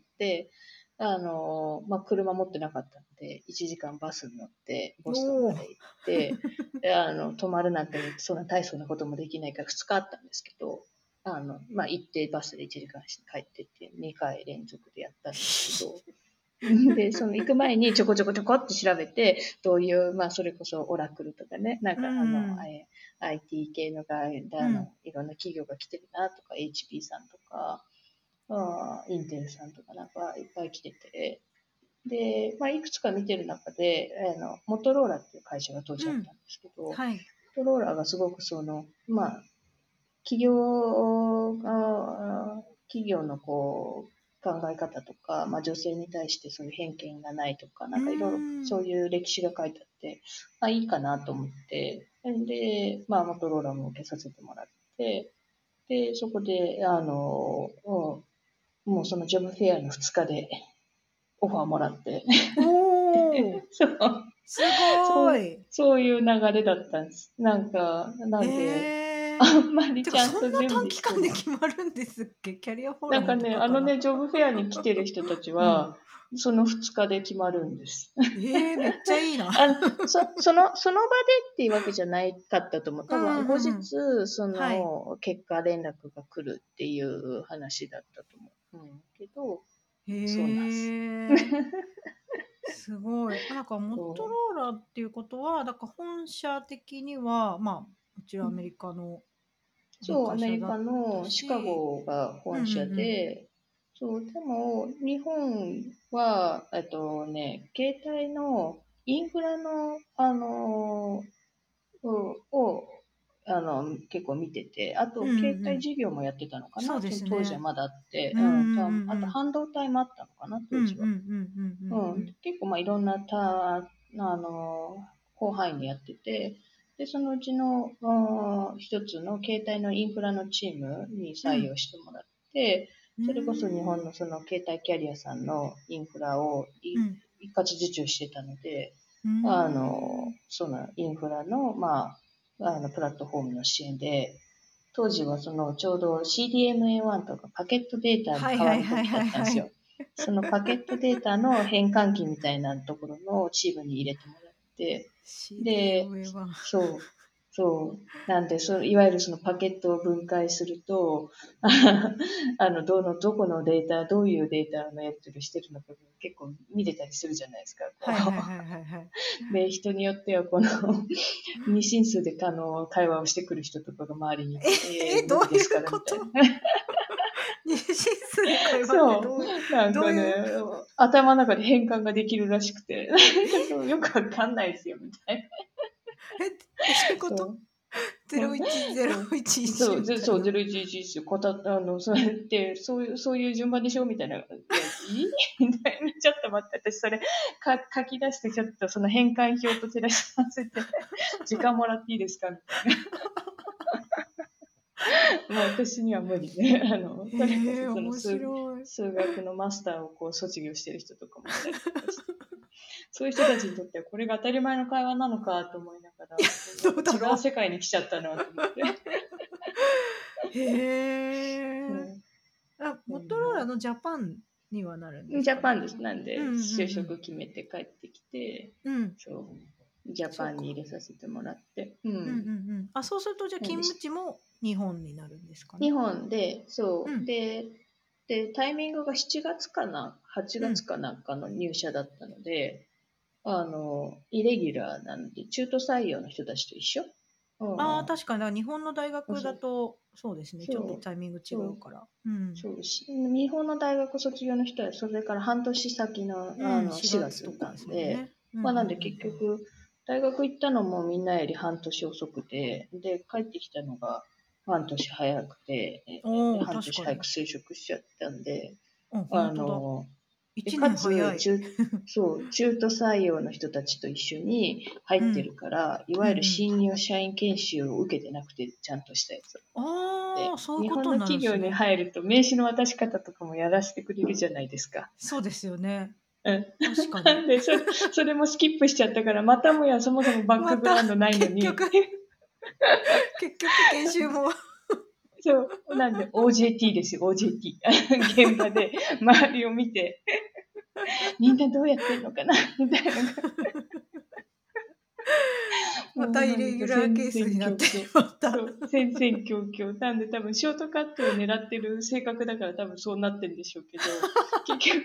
あの、まあ、車持ってなかったので、いちじかんバスに乗ってボストンおお。 まで行って、で、あの、泊まるなんて、そんな大層なこともできないからふつかあったんですけど、あの、まあ、行ってバスでいちじかんして帰ってってにかい連続でやったんですけど、で、その行く前にちょこちょこちょこって調べて、どういう、まあ、それこそオラクルとかね、なんうかあの、 ん。 え アイティー 系のが、あの、 うん。 いろんな企業が来てるなとか、エイチピー さんとか、あインテルさんとかなんかいっぱい来てて、で、まあ、いくつか見てる中で、あの、モトローラっていう会社が当時あうん。 ったんですけど、モはい。 トローラがすごくその、まあ、企業が、企業のこう、考え方とか、まあ、女性に対してそういう偏見がないとか、なうーんかいろいろそん。 ういう歴史が書いてあって、まあいいかなと思って、で、まあ、モトローラも受けさせてもらって、で、そこで、あの、うんもうそのジョブフェアのふつかでオファーもらって、 おお。 そう、 すそう、 ごい。 そういう流れだったんです。なんか、なんで、 へえ。 あんまりてか、 ちゃそんなんと準短期間で備してない。 決まるんですっけ？キャリアフォーラムなんかね、 とかかな？ あのね、ジョブフェアに来てる人たちうん。 は、そのふつかで決まるんです。 ええ、めっちゃいいな。 あの、そ、その、その場でっていうわけじゃないかったと思う。 うんう多分、後日、 んうんうん。 そはい。 の、結果連絡が来るっていう話だったと思う。うん。けど、そうなんです。 へえ。すごい。あ、なんかモトそローラっていうことは、だから本社的には、まあ、もちろんう。 アメリカのね、 そう、ア会社だっメリカたのシカし、 ゴがうんうん本社うん。 で、そう、でも、日本は、えっとね、携帯のインフラの、あの、を、をあの、結構見てて、あと、 うんうん携うん。 帯事業もやってたのかそうな、 でその当時はすね。 まだあって、 うんうんううん、たあとんうん。 半導体もあったのかな、 うんうんうん当時は。 うんううん、 んうん。 結構まあいろんなた、あの、広範囲でやってて、で、そのうちのあー一つの携帯のインフラのチームにうん。 採用してもらって、 うーそれこそ日本ん。 のその携帯キャリアさんのインフラをいうん。 一括受注してたので、 うーあの、 ん。 そのインフラの、まあ、あの、プラットフォームの支援で、当時はそのちょうど シーディーエムエーワン とかパケットデータにはい変わはいはいる時だったんですよ。 はいはい。 そのパケットデータの変換器みたいなところのチームに入れてもらって、で、 シーディーエムエーワン。 そう、そう。なんで、そいわゆるそのパケットを分解すると、あの、どの、どこのデータ、どういうデータのやり取りしてるのか結構見れたりするじゃないですか。こはいはいはいはいはい。 うで、人によってはこの二進数であの会話をしてくる人とかが周りにいて、 え、え、 えー、無どうい理ですからうこと？ みたいな。 二進数で会話ってそどういうう。なんかね、 どういう頭の中で変換ができるらしくて、なんかそう、よくわかんないですよ、みたいな。 え、どういうこと？ そう。 ゼロいちゼロそう。 いちいちそう、ぜそう、 みたいな。 ゼロいちいちですよ。こた、あの、そうやって、そういう、そういう順番でしょみたいな。いや、いいみたいな。ちょっと待って、私それ、か、書き出して、ちょっとその変換表と照らし合わせて、時間もらっていいですかみたいな。もう私には無理で、あの、それこへえ、 そその面数、 白い。 数学のマスターをこう卒業してる人とかもいたりとかして、そういう人たちにとってはこれが当たり前の会話なのかと思いながら、なんかどうだろ違う世界に来ちゃったなと思って。 う。へえ。 うん、 あ、モトローラそんな。 のジャパンにはなるんでジすかね？ ャパンです。なんで、 うんうんう就ん職決めて帰ってきて、 うん。うん、 そう、ジャパンにそうか。 入れさせてもらって、ううんうんうん。 ん。あ、そうするとじゃあ勤なんで、 務地も日本になるんですか日ね？ 本で、そう、 うん、 で、で、タイミングがしちがつかな、8 うん。 月かなんかの入社だったので、あの、イレギュラーなんで、中途採用の人たちと一緒。 うんああ、 うん。 確かに、だ日本の大学だそうと、そうですね、ちょっとそうタイミング違そううから。うん。 そうし日本の大学卒業の人はそれから半年先の、あうん、 の 4 4 月と月なかですもんんで、 ね。うんうんうまあ、なんでん結局大学行ったのもみんなより半年遅くて、で帰ってきたのが半年早くて、えうん。おお、 で半確かに。 年早く就職しちゃったんで、 あ、ほあんとだ。 ので 1 か年早い。 つ中そう中途採用の人たちと一緒に入ってうん。 るから、いわゆるうんうん。 新入社員研修を受けてなくて、ちゃんとしたやつ。 ああ、 で、 そういう日本ことになるんの企業にすね。 入ると名刺の渡し方とかもやらせてくれるじゃないですか。 そうですよね。 うん。 確かに。 なんで、それ、それもスキップしちゃったから、またもやそもそもバッまた、 クグラウンドないのに、 結局結局研修もそう、なんで オージェーティー ですよ、オージェーティー。現場で周りを見て、みんなどうやってんのかなみたいな。 まもうなんでたイレギュラーケース戦々 になってし恐々。 まった。 そう、戦々恐々。なんで多分ショートカットを狙ってる性格だから多分そうなってるんでしょうけど、結局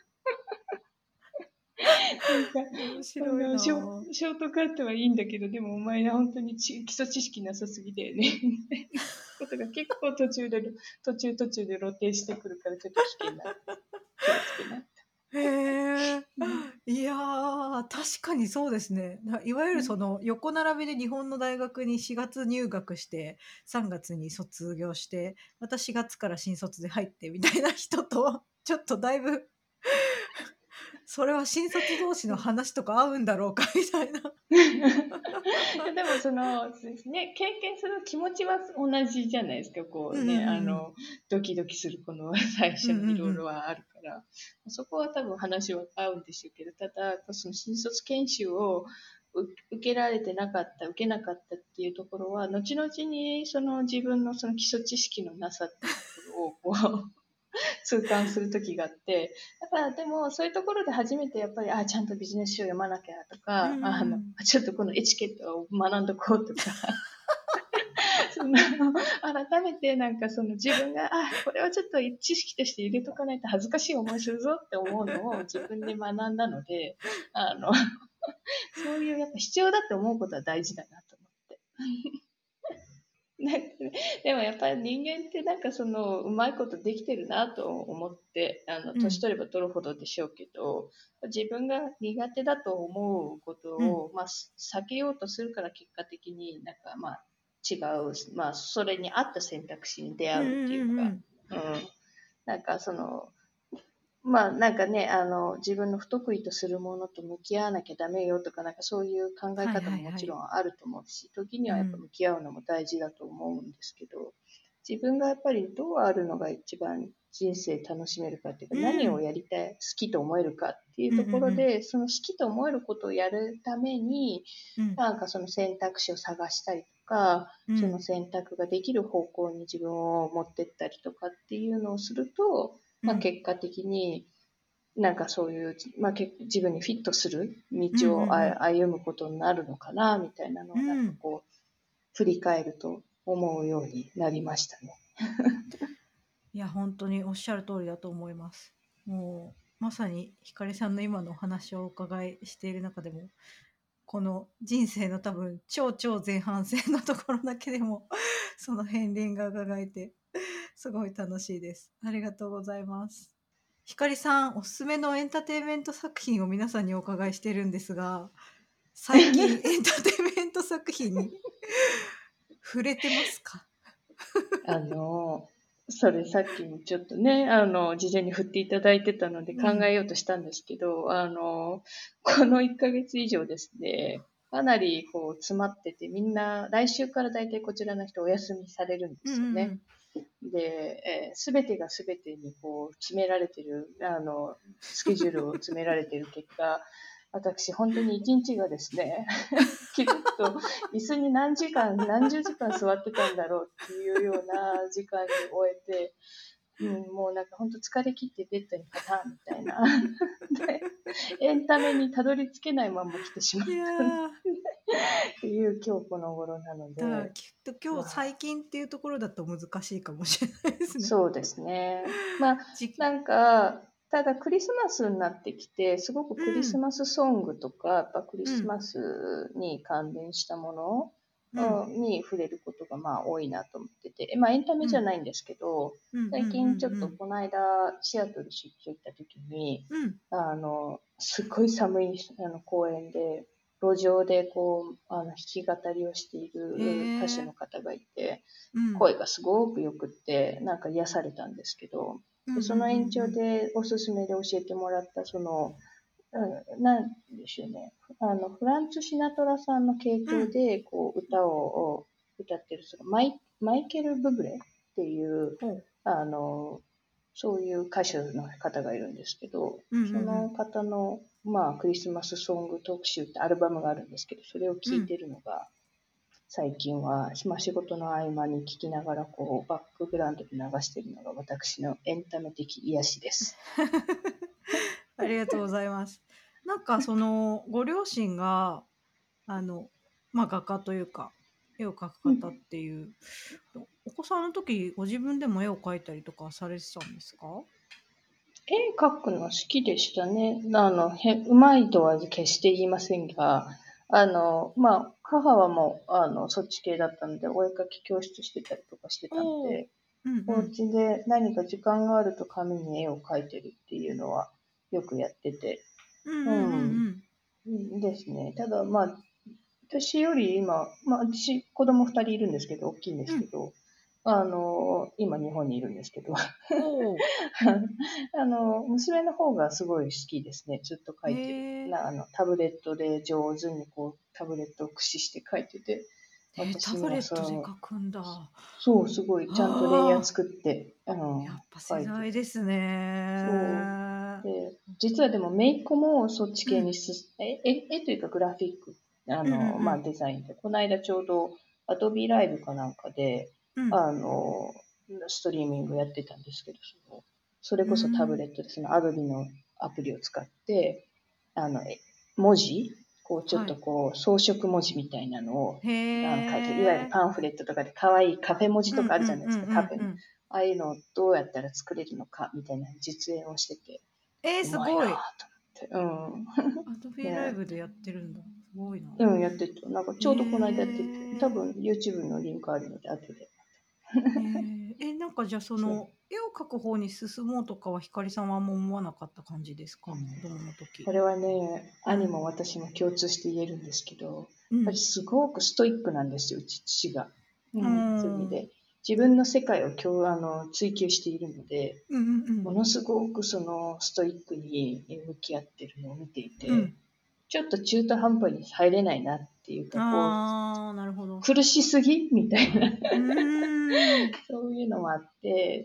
なんか、 面そ白いのショ、 な。 ショートカットはいいんだけど、でもお前本当にち基礎知識なさすぎだよね。みたいなことが結構途中で、途中途中で露呈してくるからちょっと危険な、気をつけないへえ。 と。うん。 いやー、確かにそうですね。ないわゆうん。 るその横並びで日本の大学にしがつ入学して、さんがつに卒業して、またしがつから新卒で入ってみたいな人と、ちょっとだいぶ、それは新卒同士の話とか合うんだろうかみたいな。 でもそのですね、経験する気持ちは同じじゃないですか。こうんうんうね、あうんうん。 の、ドキドキするこの最うん初のいろいろうんうん。 はあるから、そこは多分話は合うんでしょうけど、ただ、その新卒研修をう受けられてなかった、受けなかったっていうところは、後々にその自分のその基礎知識のなさっていうところをこう痛感する時があって、だからでもそういうところで初めてやっぱり、あ、ちゃんとビジネス書を読まなきゃとか、 うんうんあの、 うん。 ちょっとこのエチケットを学んどこうとか、その改めてなんかその自分が、あ、これはちょっと知識として入れとかないと恥ずかしい思いするぞって思うのを自分で学んだので、あの、そういうやっぱ必要だって思うことは大事だなと思って。なんかね、でもやっぱり人間ってなんかそのうまいことできてるなと思って、あのうん。 年取れば取るほどでしょうけど、自分が苦手だと思うことうん。 を、まあ、す避けようとするから結果的になんかまあ違う、まあそれに合った選択肢に出会うってうんうんいうか、 うんうん。 うん、なんかそのまあなんかね、あの、自分の不得意とするものと向き合わなきゃダメよとか、なんかそういう考えはい方はいはい。 ももちろんあると思うし、時にはやっぱうん。 向き合うのも大事だと思うんですけど、自分がやっぱりどうあるのが一番人生楽しめるかっていうか、 う何をん。 やりたい、好きと思えるかっていううんうところんうん。 で、その好きと思えることをやるために、 うん。 なんかその選択肢を探したりとか、そのうん。 選択ができる方向に自分を持ってったりとかっていうのをすると、まあ、 うん。 結果的になんかそういう、まあ、け自分にフィットするうんうん道をうん。 あ歩むことになるのかな、みたいなのをなんかうん。 こう、振り返ると思うようになりましたね。 いや、本当におっしゃる通りだと思います。もう、まさにひかりさんの今のお話をお伺いしている中でも、この人生の多分超超前半戦のところだけでもその片鱗が伺えて、すごい楽しいです。ありがとうございます。ひかりさん、おすすめのエンターテインメント作品を皆さんにお伺いしてるんですが、最近エンターテインメント作品に触れてますか？ あの、それさっきもちょっとね、あの、事前に振っていただいてたので考うん。 えようとしたんですけど、あの、このいっかげつ以上ですね、かなりこう詰まってて、みんな来週から大体こちらの人お休みされるんでうんうすよね。 んうん。 で、す、え、べ、てがすべてにこう詰められてる、あの、スケジュールを詰められてる結果、私、本当に一日がですね、気づくと、椅子に何時間、何十時間座ってたんだろうっていうような時間に終えて、うん、もうなんか本当疲れ切ってベッドにパターンみたいな。で、エンタメにたどり着けないまま来てしまっいやたー、 っていう今日この頃なのだからで、 きっと今日まあ、 最近っていうところだと難しいかもしれないですね。 そうですね。まあ、 じなんか、ただクリスマスになってきて、すごくうクリスん、 マスソングとか、やっぱクリうん、 スマスに関連したものうん。 うんに触れることがまあ多いなと思ってて、まあエンタメじゃうん。 ないんですけど、 うんうんうん最近ちょっとうん。 この間シアトル出張行った時に、 うん。 あの、すっごい寒いあの公園で、路上でこう、あの、弾き語りをしていへる歌手え。 の方がいて、 うん。 声がすごくよくって、なんか癒されたんですけど、で、 うんうんうんその延長うん。 でおすすめで教えてもらった、その、うん、なんでしょうね。あの、フランツ・シナトラさんの系うん。 統で、こう、歌を歌ってる、そのマイ、マイケル・ブブレっていう、 ほう。 あの、そういう歌手の方がいるんですけど、 うんうんその方の、まあ、クリスマスソング特集ってアルバムがあるんですけど、それをうん。うん。 聴いてるのが、最近は、まあ、仕事の合間に聴きながら、こう、バックグラウンドで流しているのが私のエンタメ的癒しです。 ありがとうございます。なんかその、ご両親が、あの、まあ、画家というか、絵を描くうん。 方っていう、お子さんの時、ご自分でも絵を描いたりとかされてたんですか？ 絵描くの好きでしたね。あの、へ、うまいとは決して言いませんが、あの、まあ、母はもう、あの、そっち系だったので、お絵描き教室してたりとかしてたのおお。 で、 うんおうん。 家で何か時間があると紙に絵を描いてるっていうのはよくやってて、 うんうんうんうん、 うん。 うんですね。ただ、まあ、私より今、まあ、私、子供二人いるんですけど、大きいんでうん。 すけど、あの、今日本にいるんですけど、 おお。 あの、娘の方がすごい好きですね。ずっと書へいてる。 え。 な、あの、タブレットで上手にこう、タブレットを駆使して書いてて、 えー、タ私にブレットではその、 描くんだ。あそう、すごい、ちゃんとレイヤーあ、 作って、あの、 やっぱ世書いてて。 代ですそね。 う。で、実はでも、姪っ子もそっちうん。 系にす、え、え、絵というかグラフィック、あうんうんの、まあ、 うん。 デザインで、この間ちょうど、アドビライブかなんかで、 うん。 あの、ストリーミングやってたんですけど、その、それうーこそタブん。 レットで、そのアドビのアプリを使って、あの、え文字こう、ちょっはい。 とこう、装飾文字みたいなのを、 へあの、書いて、いわゆるえ。 パンフレットとかで可愛いカフェ文字うんとかあるうんうんじゃないですか、カフェの。 うんうん。 ああいうのをどうやったら作れるのか、みたいな実演をしてて、 えー、 うまいなすごい。 ぁと思って。 アドうん。 ビライねブでやってるんだ。すごいな。 うん、やってた。なんかへちょうどこの間やってて、多え。 分 YouTube のリンクあるので、後で。 へえ。え、なんかじゃあそそう。 の、絵を描く方に進もうとかはひかりさんはあんま思わなかった感じですか？ うん、 子供の時。 これはね、 うん。 兄も私も共通して言えるんですけど、やっぱりうん。 すごくストイックなんですよ、うち父が。ううーん、そういう意味ん。 で。自分の世界を今日あの追求しているので、 うんうんうん。 ものすごくそのストイックに向き合ってるのを見ていて、 うん。 ちょっと中途半端に入れないなっていうか、こう、 ああ、なるほど。 苦しすぎみたいな、 うーん。 そういうのもあって、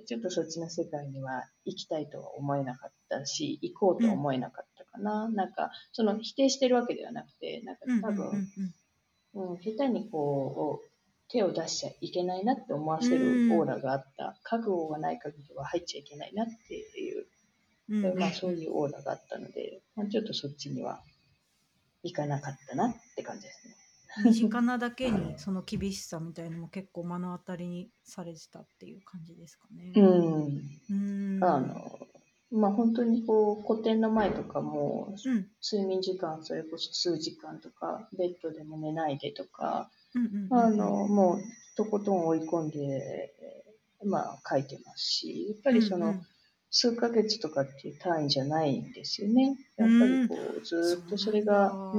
ちょっとそっちの世界には行きたいとは思えなかったし、行こうとはうん。 思えなかったかな。なんか、その否定してるわけではなくて、なんかうんうん多分、 うんうん。 うん、下手にこう、手を出しちゃいけないなって思わうせるーん。 オーラがあった。覚悟がない限りは入っちゃいけないなっていう、 うんうんまあそううん。 いうオーラがあったので、まあ、ちょっとそっちには行かなかったなって感じですね。 身近なだけに、その厳しさみたいのも結構目の当たりにされてたっていう感じですかね。 うん。 うーん。 あの、まあ本当にこう、個展の前とかも、 うん。 睡眠時間それこそ数時間とか、ベッドでも寝ないでとか、 うんうんうんうん。 あの、もうとことん追い込んで、まあ書いてますし、やっぱうんうりその、 ん。 数ヶ月とかっていう単位じゃないんですよね。 うやっぱりーん。 こう、ずーっとそそうなんだ。 れが、うん、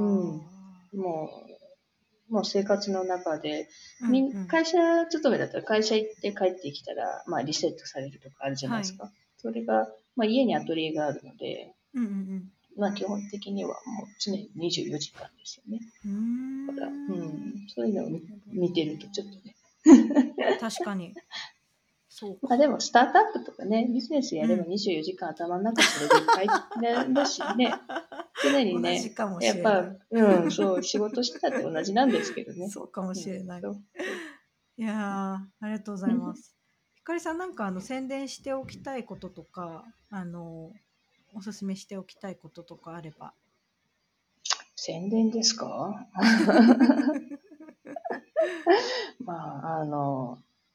もう、もう生活の中で、 うんうん。 み会社勤めだったら会社行って帰ってきたら、まあリセットされるとかあるじゃないはい。 ですか。それが、まあ家にアトリエがあるので、 うんうんまあ基本的にはもう常ににじゅうよじかんですよね。 うん。うーだから、うん。 ん、そういうのを見なるほど見てるとちょっとな。 ね。 確かに。そうまあでも、 か。 スタートアップとかね、ビジネスやればうん。 にじゅうよじかん頭の中それでいっぱいだだしね、常に同じね、 かもやっぱ、 しれない。 うん、そう、仕事してたって同じなんですけどね。 そうかもうん、 しれない。 そう、そう。 いやー、ありがとうございます。ひかりさん、なんかあの宣伝しておきたいこととか、あの、おすすめしておきたいこととかあれば。 宣伝ですか？まあ、あの、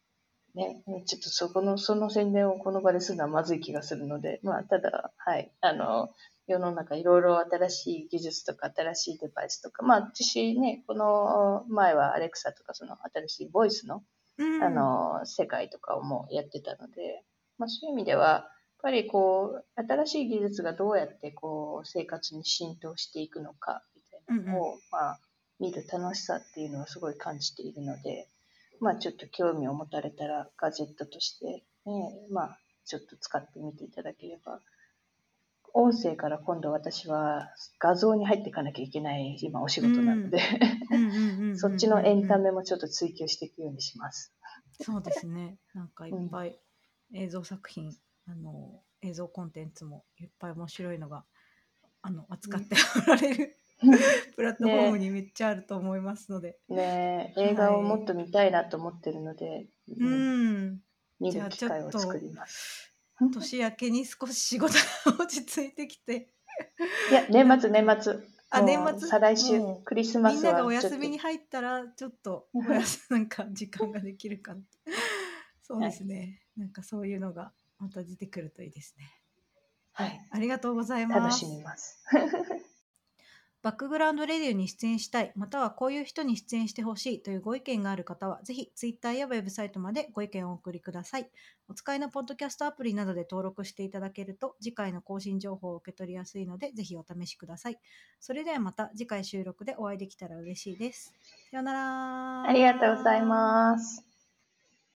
ね、ちょっとそこの、その宣伝をこの場でするのはまずい気がするので、まあ、ただ、はい、あの、世の中いろいろ新しい技術とか新しいデバイスとか、まあ、私ね、この前はアレクサとかその新しいボイスの、あうん。 の、世界とかをもうやってたので、まあ、そういう意味では、やっぱりこう、新しい技術がどうやってこう、生活に浸透していくのか、みたいうんうん。 なのを、まあ、見る楽しさっていうのはすごい感じているので、まあちょっと興味を持たれたらガジェットとして、ね、まあちょっと使ってみていただければ。音声から今度私は画像に入っていかなきゃいけない今お仕うん。 事なのでうんうんうんうんそっちのエンうんうん。 タメもちょっと追求していくようにします。 そうですね。なんかいっうん。 ぱい映像作品、あの、映像コンテンツもいっぱい面白いのが、あの、扱っておられるプラットフォームねにめっちゃあると思いますので。 え、ねえ、映画をもっはい。 と見たいなと思ってるので、 うね、 ん。 見るじゃあちょっ機会を作と、 ります。 年明けに少し仕事が落ち着いてきて、 いや、年末、 なんか、 年末。 あ、年もう末再来週、 もクリスう、みんマスながおはちょっと、 休みに入ったら、ちょっとおやす、なんか時間ができるかな。そうではい、 すね。なんかそういうのがまた出てくるといいですね。はい。 はい、 ありがとうござい楽しみます。 ます。 バックグラウンドレディオに出演したい、またはこういう人に出演してほしいというご意見がある方は、ぜひツイッターやウェブサイトまでご意見をお送りください。お使いのポッドキャストアプリなどで登録していただけると、次回の更新情報を受け取りやすいので、ぜひお試しください。それではまた次回収録でお会いできたら嬉しいです。さようなありがとうございら。 ます。